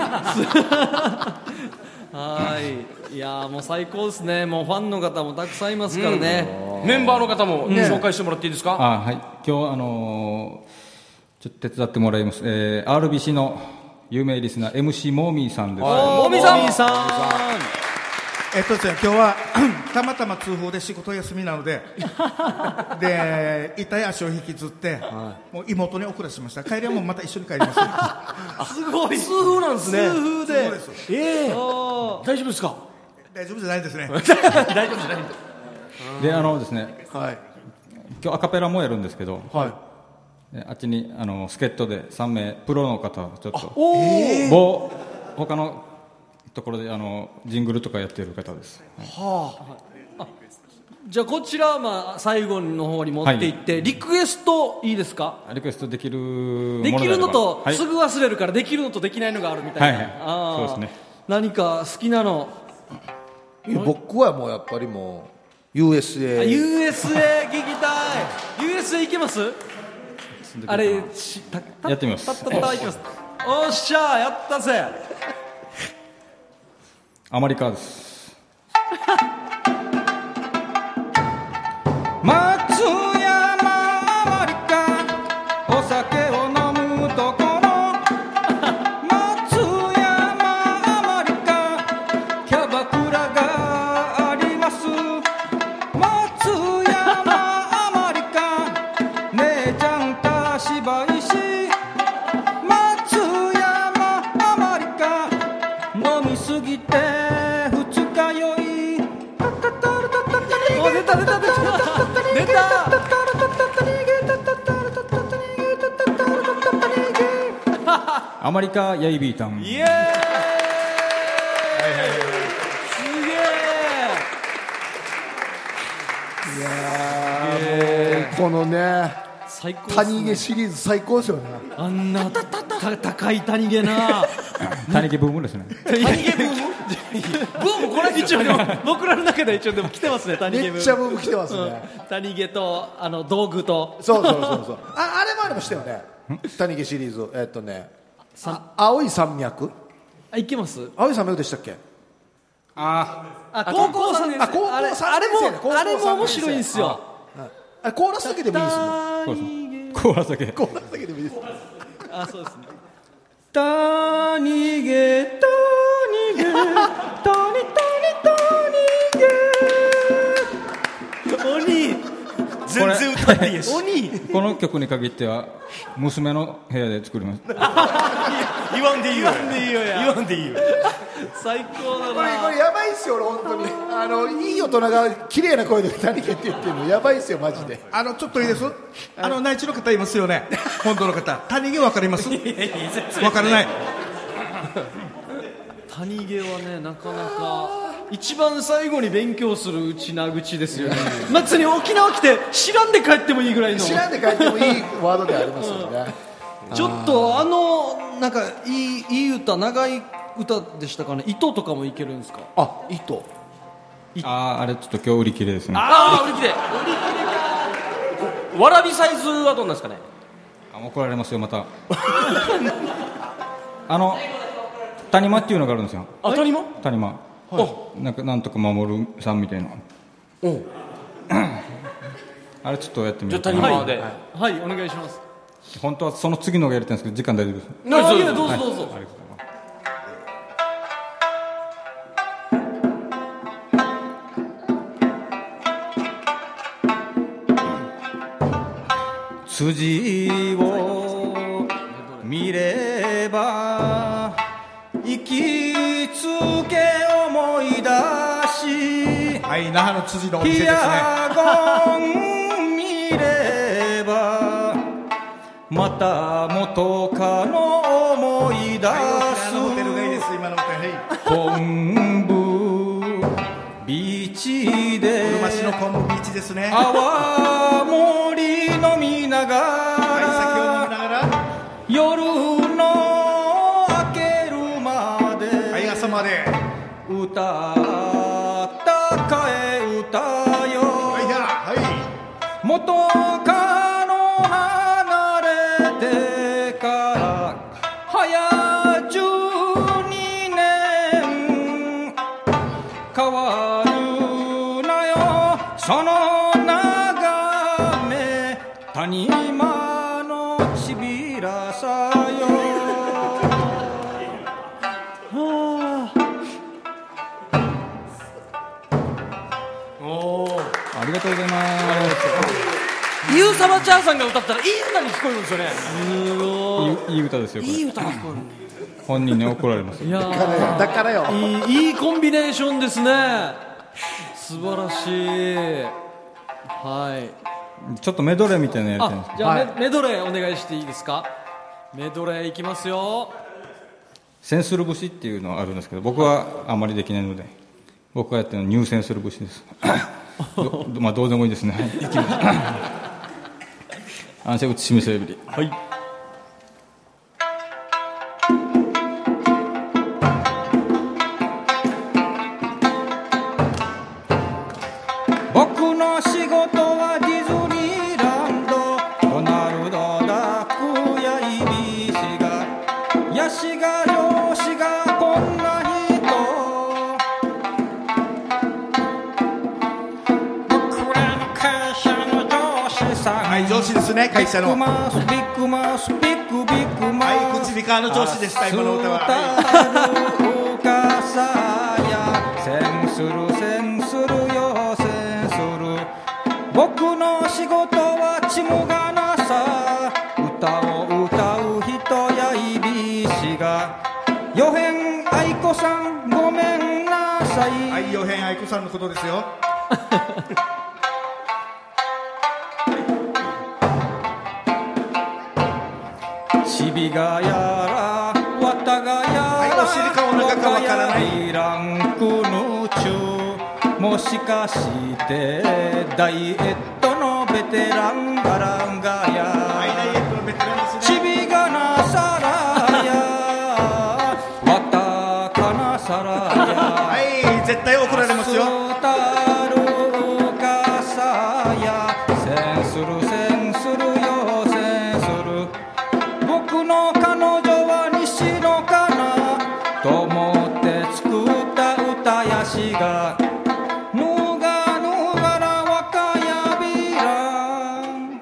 はいいやもう最高ですね。もうファンの方もたくさんいますからね、 うん、メンバーの方も紹介してもらっていいですか。 あはい今日あのー、ちょっと手伝ってもらいます、えー、アールビーシー の有名リスナー エムシー モーミーさんです。 モーミーさんさんえっとですね、今日はたまたま通報で仕事休みなのでで痛い足を引きずって、はい、もう妹に送らせました。帰りはもうまた一緒に帰りますすごい痛風なんですね。 痛風でええー、大丈夫ですか。 大丈夫じゃないですね大丈夫じゃないであのですね、はい、今日アカペラもやるんですけど、 はい、 あっちにあの助っ人でさんめいプロの方ちょっとお某他のところであのジングルとかやっている方です。 はあ、あじゃあこちらはまあ最後の方に持っていって、はい、リクエストいいですか？ リクエストできるものでできるのと、 はい、 すぐ忘れるからできるのとできないのがあるみたいな、はいはい、あそうですね。 何か好きなの？ 僕はもうやっぱりもう ユーエスエーユーエスエー 聞きたい。 ユーエスエー いけます？あれたやってみます。 たったったいきます。おっしゃーやったぜ。 アマリカです松山アマリカお酒を飲むところ松山アマリカキャバクラがあります松山アマリカ姉ちゃんた芝居し松山アマリカ飲みすぎて二日酔いお出た出た出た出たアマリカヤイビータンイエーイ、すげえ。いやーもうこのね最高、ね、 谷毛シリーズ最高ですよね。 あんなたたた高い谷毛な谷毛ブームですね。 谷毛ブームブームこれ一応でも僕らの中で一応でも来てますね。谷毛ブームめっちゃブーム来てますね、 うん、谷毛とあの道具とそうそうそうそうあ, あれもありましたよね谷毛シリーズ。えっとね青い山脈あいけます。 青い山脈でしたっけ？ ああ高校さん年生。 あ高校さん年生あれも高校さん年生あれも面白いんですよ。 あれコーラスだけでもいいですもん。 コーラスだけコーラスだけでもいいです。 あそうですね。 谷毛谷毛谷谷谷鬼全然歌っていいやし鬼この曲に限っては娘の部屋で作ります言わんでいいよ言わんでいいよや言わんでいいよ最高だな。 これこれやばいっすよ俺本当にあのいい大人が綺麗な声で谷毛って言ってるのやばいっすよマジで。 あのちょっといいです。あの内地の方いますよね本土の方谷毛わかります？わからない。 谷毛はねなかなか一番最後に勉強するうちな口ですよね。松に沖縄来て知らんで帰ってもいいぐらいの知らんで帰ってもいいワードでありますよね、 うん、ちょっとあのなんかいいいい歌長い歌でしたかね。糸とかもいけるんですか？ あ糸ああれちょっと今日売り切れですね。 ああ売り切れ売り切れか。わらびサイズはどんなんですかね？ あ怒られますよまたあの谷間っていうのがあるんですよ。 あ谷間谷間、はい、なんかなんとか守るさんみたいなおあれちょっとやってみようかな。 じゃあ谷間で、 はい、はい、お願いします。 本当はその次のがやりたいんですけど時間大丈夫です。 どうぞどうぞどうぞ、はい、ありがとうございます。 筋を見れば行きつけ思い出しはい那覇の辻のお店ですね。 ヒアゴン見ればまた元カノ思い出す、 はい、ホテルがいいです今のホテル、 はい、昆布ビーチでうるま市の昆布ビーチですね。 泡盛飲みながら、 はい、酒を飲みながら夜の明けるまで、 はい、朝まで歌ったかえ歌よ、 はいはい、 元カノ離れてから早じゅうにねん変わるなよその眺め谷間のちびらさよおありがとうございます。 ゆうさばちゃんさんが歌ったらいい歌に聞こえるんですよね。すごいいい歌ですよこれ。 いい歌が聞こえる。 本人に怒られます。 いやだからよだからよいい、いいコンビネーションですね。素晴らしい。はいちょっとメドレーみたいなのやりたいんですけど。 じゃあ、 はい、 メドレーお願いしていいですか。メドレーいきますよ。 センスル節っていうのがあるんですけど、僕はあんまりできないので、僕がやってるのは入センスル節ですど, まあ、どうでもいいですね。はい、いきます。アンシェウチシミセーブリ。 はい。 僕の仕事はディズニーランド、ドナルド・ダックやイビシが、ヤシが漁師がこんな人、僕らの会社の上司さん、 はい上司ですね、会社のビッグマウスビッグマウスビッグビッグマウス、 はい口火の上司でした、今の歌は。 お母さんやセンスルセンスルよセンスル、僕の仕事はちむがなさ、歌を歌う人やいびしが、よへんあいこさんごめんなさい。 はい、よへんあいこさんのことですよ。 ちびがやらわたがやら、 はい、お尻かお腹かわからない。 ランクの中、もしかしてダイエットのベテランガランガや、 はい、ダイエットのベテランですちね。 びがなさらやわたかなさらや、 はい、絶対怒られますよ。 たるかさやセンスルセンスルよセンスル、僕の彼女は西野かなと思って作った歌やしが、ぬがぬがら若やびらん、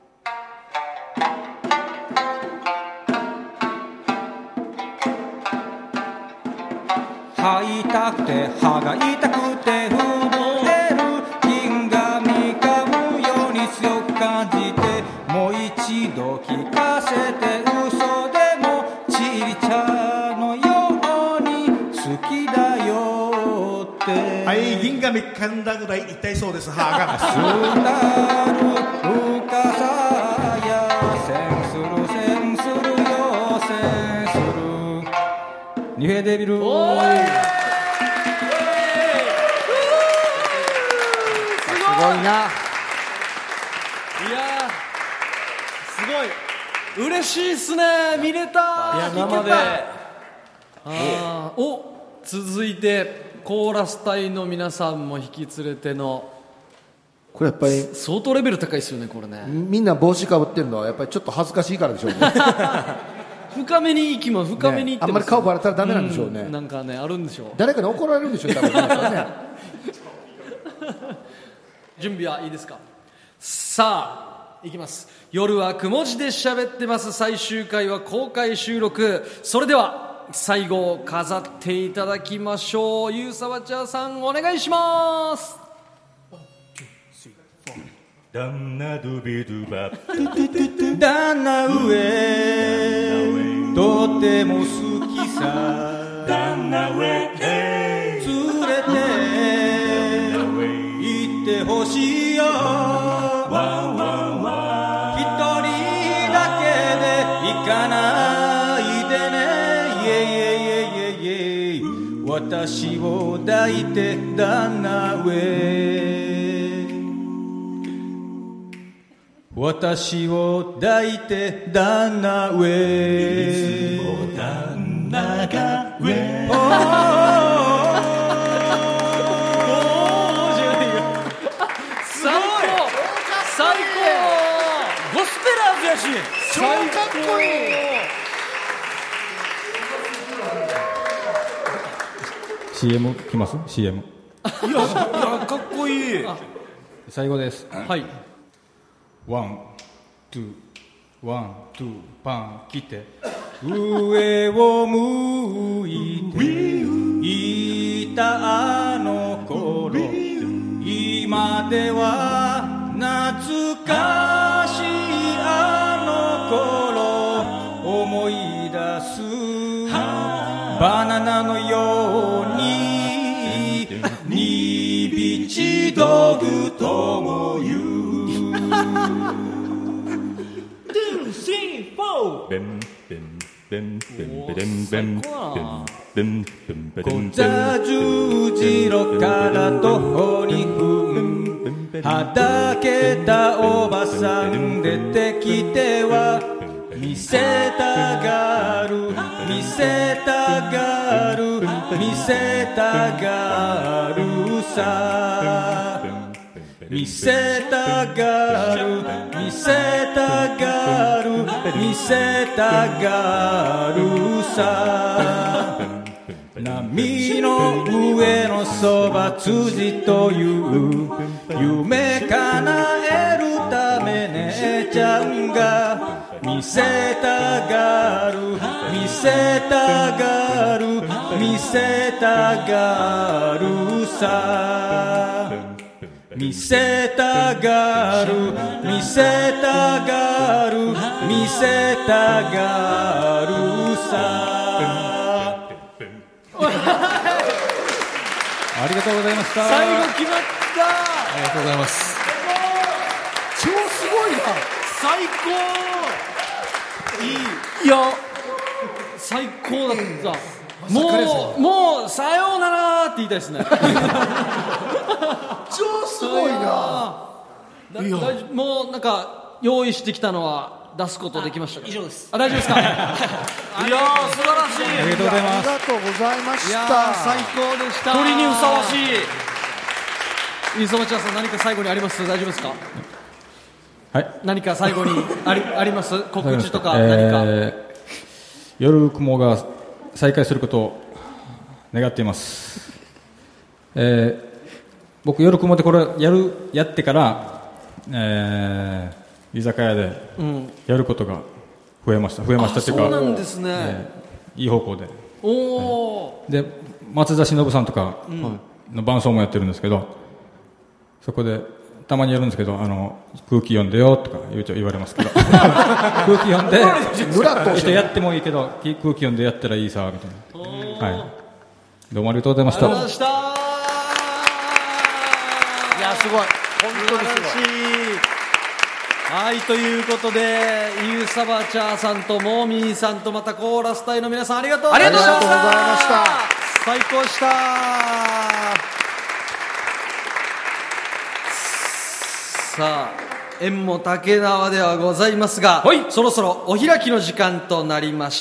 吐いたくて歯が痛くて震える、銀紙噛むように強く感じて、もう一度聞かせて、嘘でもちり茶のように好きだよって。 はい、銀紙噛んだぐらい痛いそうです、歯が。 スタルうかさやセンスルセンスルよセンスル、ニュヘデビル。 おーいすごいな。 いやーすごい嬉しいっすね、見れた。 いや生で。 あーお続いてコーラス隊の皆さんも引き連れての、 これやっぱり相当レベル高いですよねこれね。 みんな帽子かぶってるのはやっぱりちょっと恥ずかしいからでしょうね。 深めに行きます深めに行ってます、ね、 あんまり顔バレたらダメなんでしょうね、 うん、なんかねあるんでしょう。 誰かに怒られるんでしょう多分ね。 準備はいいですか。さあいきます。夜はくも字で喋ってます。最終回は公開収録。それでは最後を飾っていただきましょう。ゆうさわちゃさんお願いします。 旦那ドゥビドゥバ旦那上とても好きさ、 旦那上連れて行ってほしいよ、 ワンワンワン一人だけで行かないでね、イエイエイエイエイエイ、私を抱いて旦那上、私を抱いて旦那上、 いつも旦那が上、 最高最高、ゴスペラーズやし超かっこいい。 シーエム 来ます シーエム。 いやいやかっこいい。 最後です。 はい。 ワン、ツー、ワン、ツー、パン、来て。上を向いていたあの頃、今では懐かしいあの頃、思い出すバナナのように、にびちどぐとも言う。 ベンベン小座十字路から徒歩にふんはだけたおばさん出てきては見せたがる見せたがる見せたがるさ見せたがる見せたがる見せたがるさ波の上のそば辻という夢叶えるため姉ちゃんが見せたがる見せたがる見せたがるさ見せたがる見せたがる見せたがるさありがとうございました。最後決まった。ありがとうございます。 超すごいな。 最高。いい。いや最高だった。もうもうさようならって言いたいですね。 超すごいな。 いやもうなんか用意してきたのは出すことできましたか。以上です。あ、大丈夫ですか。いやー素晴らしい。 ありがとうございます。ありがとうございました。 いやー最高でした。鳥にふさわしい。磯町さん何か最後にあります。大丈夫ですか。 はい。 何か最後にありあります告知とか何か。 えー、夜雲が再開することを願っています。えー、僕夜雲でこれやるやってから、えー居酒屋でやることが増えました増えましたっていうか、 そうなんですね、 えー、いい方向でおお、 で松田忍さんとかの伴奏もやってるんですけど、そこでたまにやるんですけど、あの空気読んでよとか言う言われますけど空気読んでやってもいいけど空気読んでやったらいいさみたいな、はい、どうもありがとうございました。 ありがとうございました。 いやすごい、本当に素晴らしい。 はい、ということでユーサバチャーさんとモーミーさんとまたコーラス隊の皆さんありがとうございました。ありがとうございました。最高でした。さあ縁も竹縄ではございますが、そろそろお開きの時間となりました。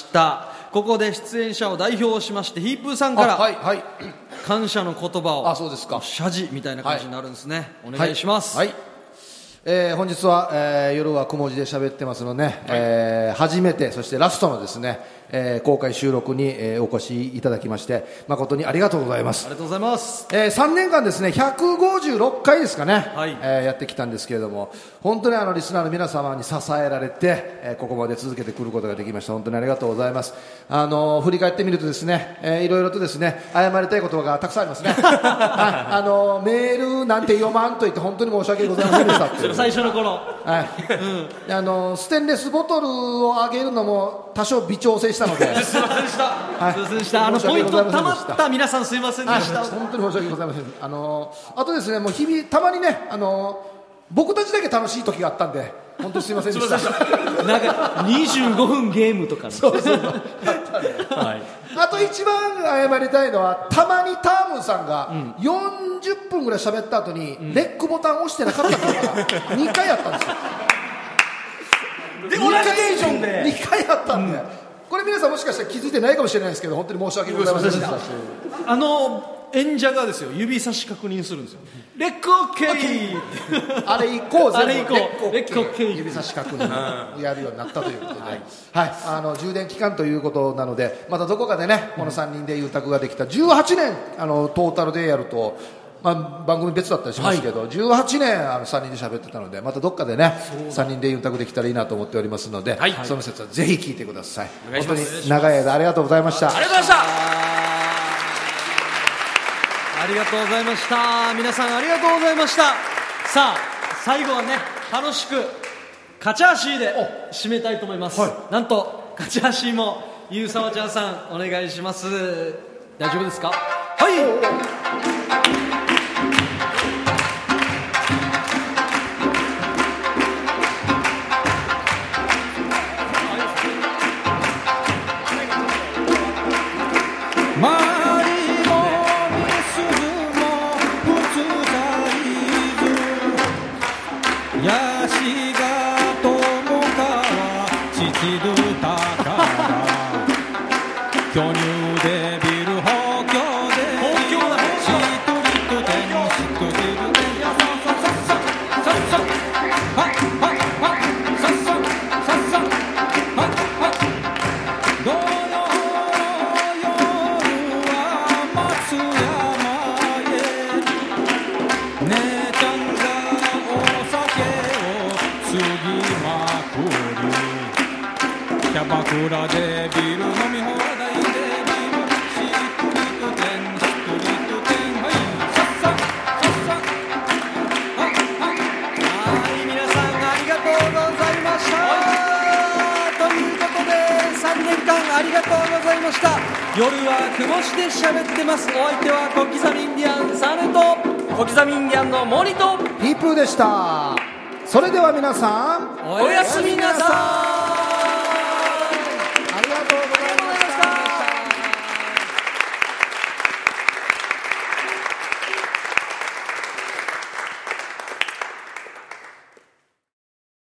ここで出演者を代表しましてヒープーさんから感謝の言葉を、 あ、そうですか、 謝辞みたいな感じになるんですね、はい、お願いします。 はいはい、えー、本日は、えー、夜はくも字で喋ってますので、ね、はい、えー、初めてそしてラストのですね、えー、公開収録に、えー、お越しいただきまして誠にありがとうございます。 ありがとうございます。 えー、さんねんかんですねひゃくごじゅうろっかいですかね、はい、えー、やってきたんですけれども、本当にあのリスナーの皆様に支えられて、えー、ここまで続けてくることができました。本当にありがとうございます。あのー、振り返ってみるとですね、えー、いろいろとですね謝りたいことがたくさんありますね。はい、あのー、メールなんて読まんと言って本当に申し訳ございませんでしたっていう最初の頃、 はい、うん、あのー、ステンレスボトルをあげるのも多少微調整したので。 すいませんでした。はい、すいませんでした。あのポイントたまった皆さんすいませんでした。 本当に申し訳ございません。あのあとですね、もう日々たまにね、あの僕たちだけ楽しい時があったんで本当にすいませんでした。 なんかにじゅうごふんゲームとか、ね、 そうそうそうはい、あと一番謝りたいのはたまにタームさんがよんじゅっぷんぐらい喋った後にレックボタン押してなかったことがにかいあったんですよ。 で同じテンションでにかいあったんで、うん、これ皆さんもしかしたら気づいてないかもしれないですけど本当に申し訳ございませんでした。 あの演者がですよ指差し確認するんですよ。レックオッケーあれ行こうぜ。 あれ行こうレックオッケー指差し確認をやるようになったということで、はい、はい、あの充電期間ということなのでまたどこかでねこのさんにんでゆうたくができたじゅうはちねんあのトータルでやると、まあ、番組別だったりしますけど、はい、じゅうはちねんあのさんにんで喋ってたのでまたどっかでねさんにんでゆうたくできたらいいなと思っておりますので、はい、その説はぜひ聞いてください。本当に長い間ありがとうございました。 ありがとうございましたありがとうございました。皆さんありがとうございました。さあ最後はね楽しくカチャーシーで締めたいと思います、はい、なんとカチャーシーもゆうさわちゃんさんお願いします。大丈夫ですか。はいしが友川父どたから巨乳でビル東京でシトリット店シトリット店やささささささはっはっはっさっささっさはっはっ土曜の夜は松山へ姉ちゃんがお酒を継ぎまくりキャバクラでビール飲み放題でビールシトリート店シトリート店はいさっささっさはっはっはい皆さんありがとうございましたということでさんねんかんありがとうございました。夜はくぼしで喋ってます。お相手は小刻みインディアンサネと小刻みインディアンの森とピープーでした。それでは皆さんおやすみなさい。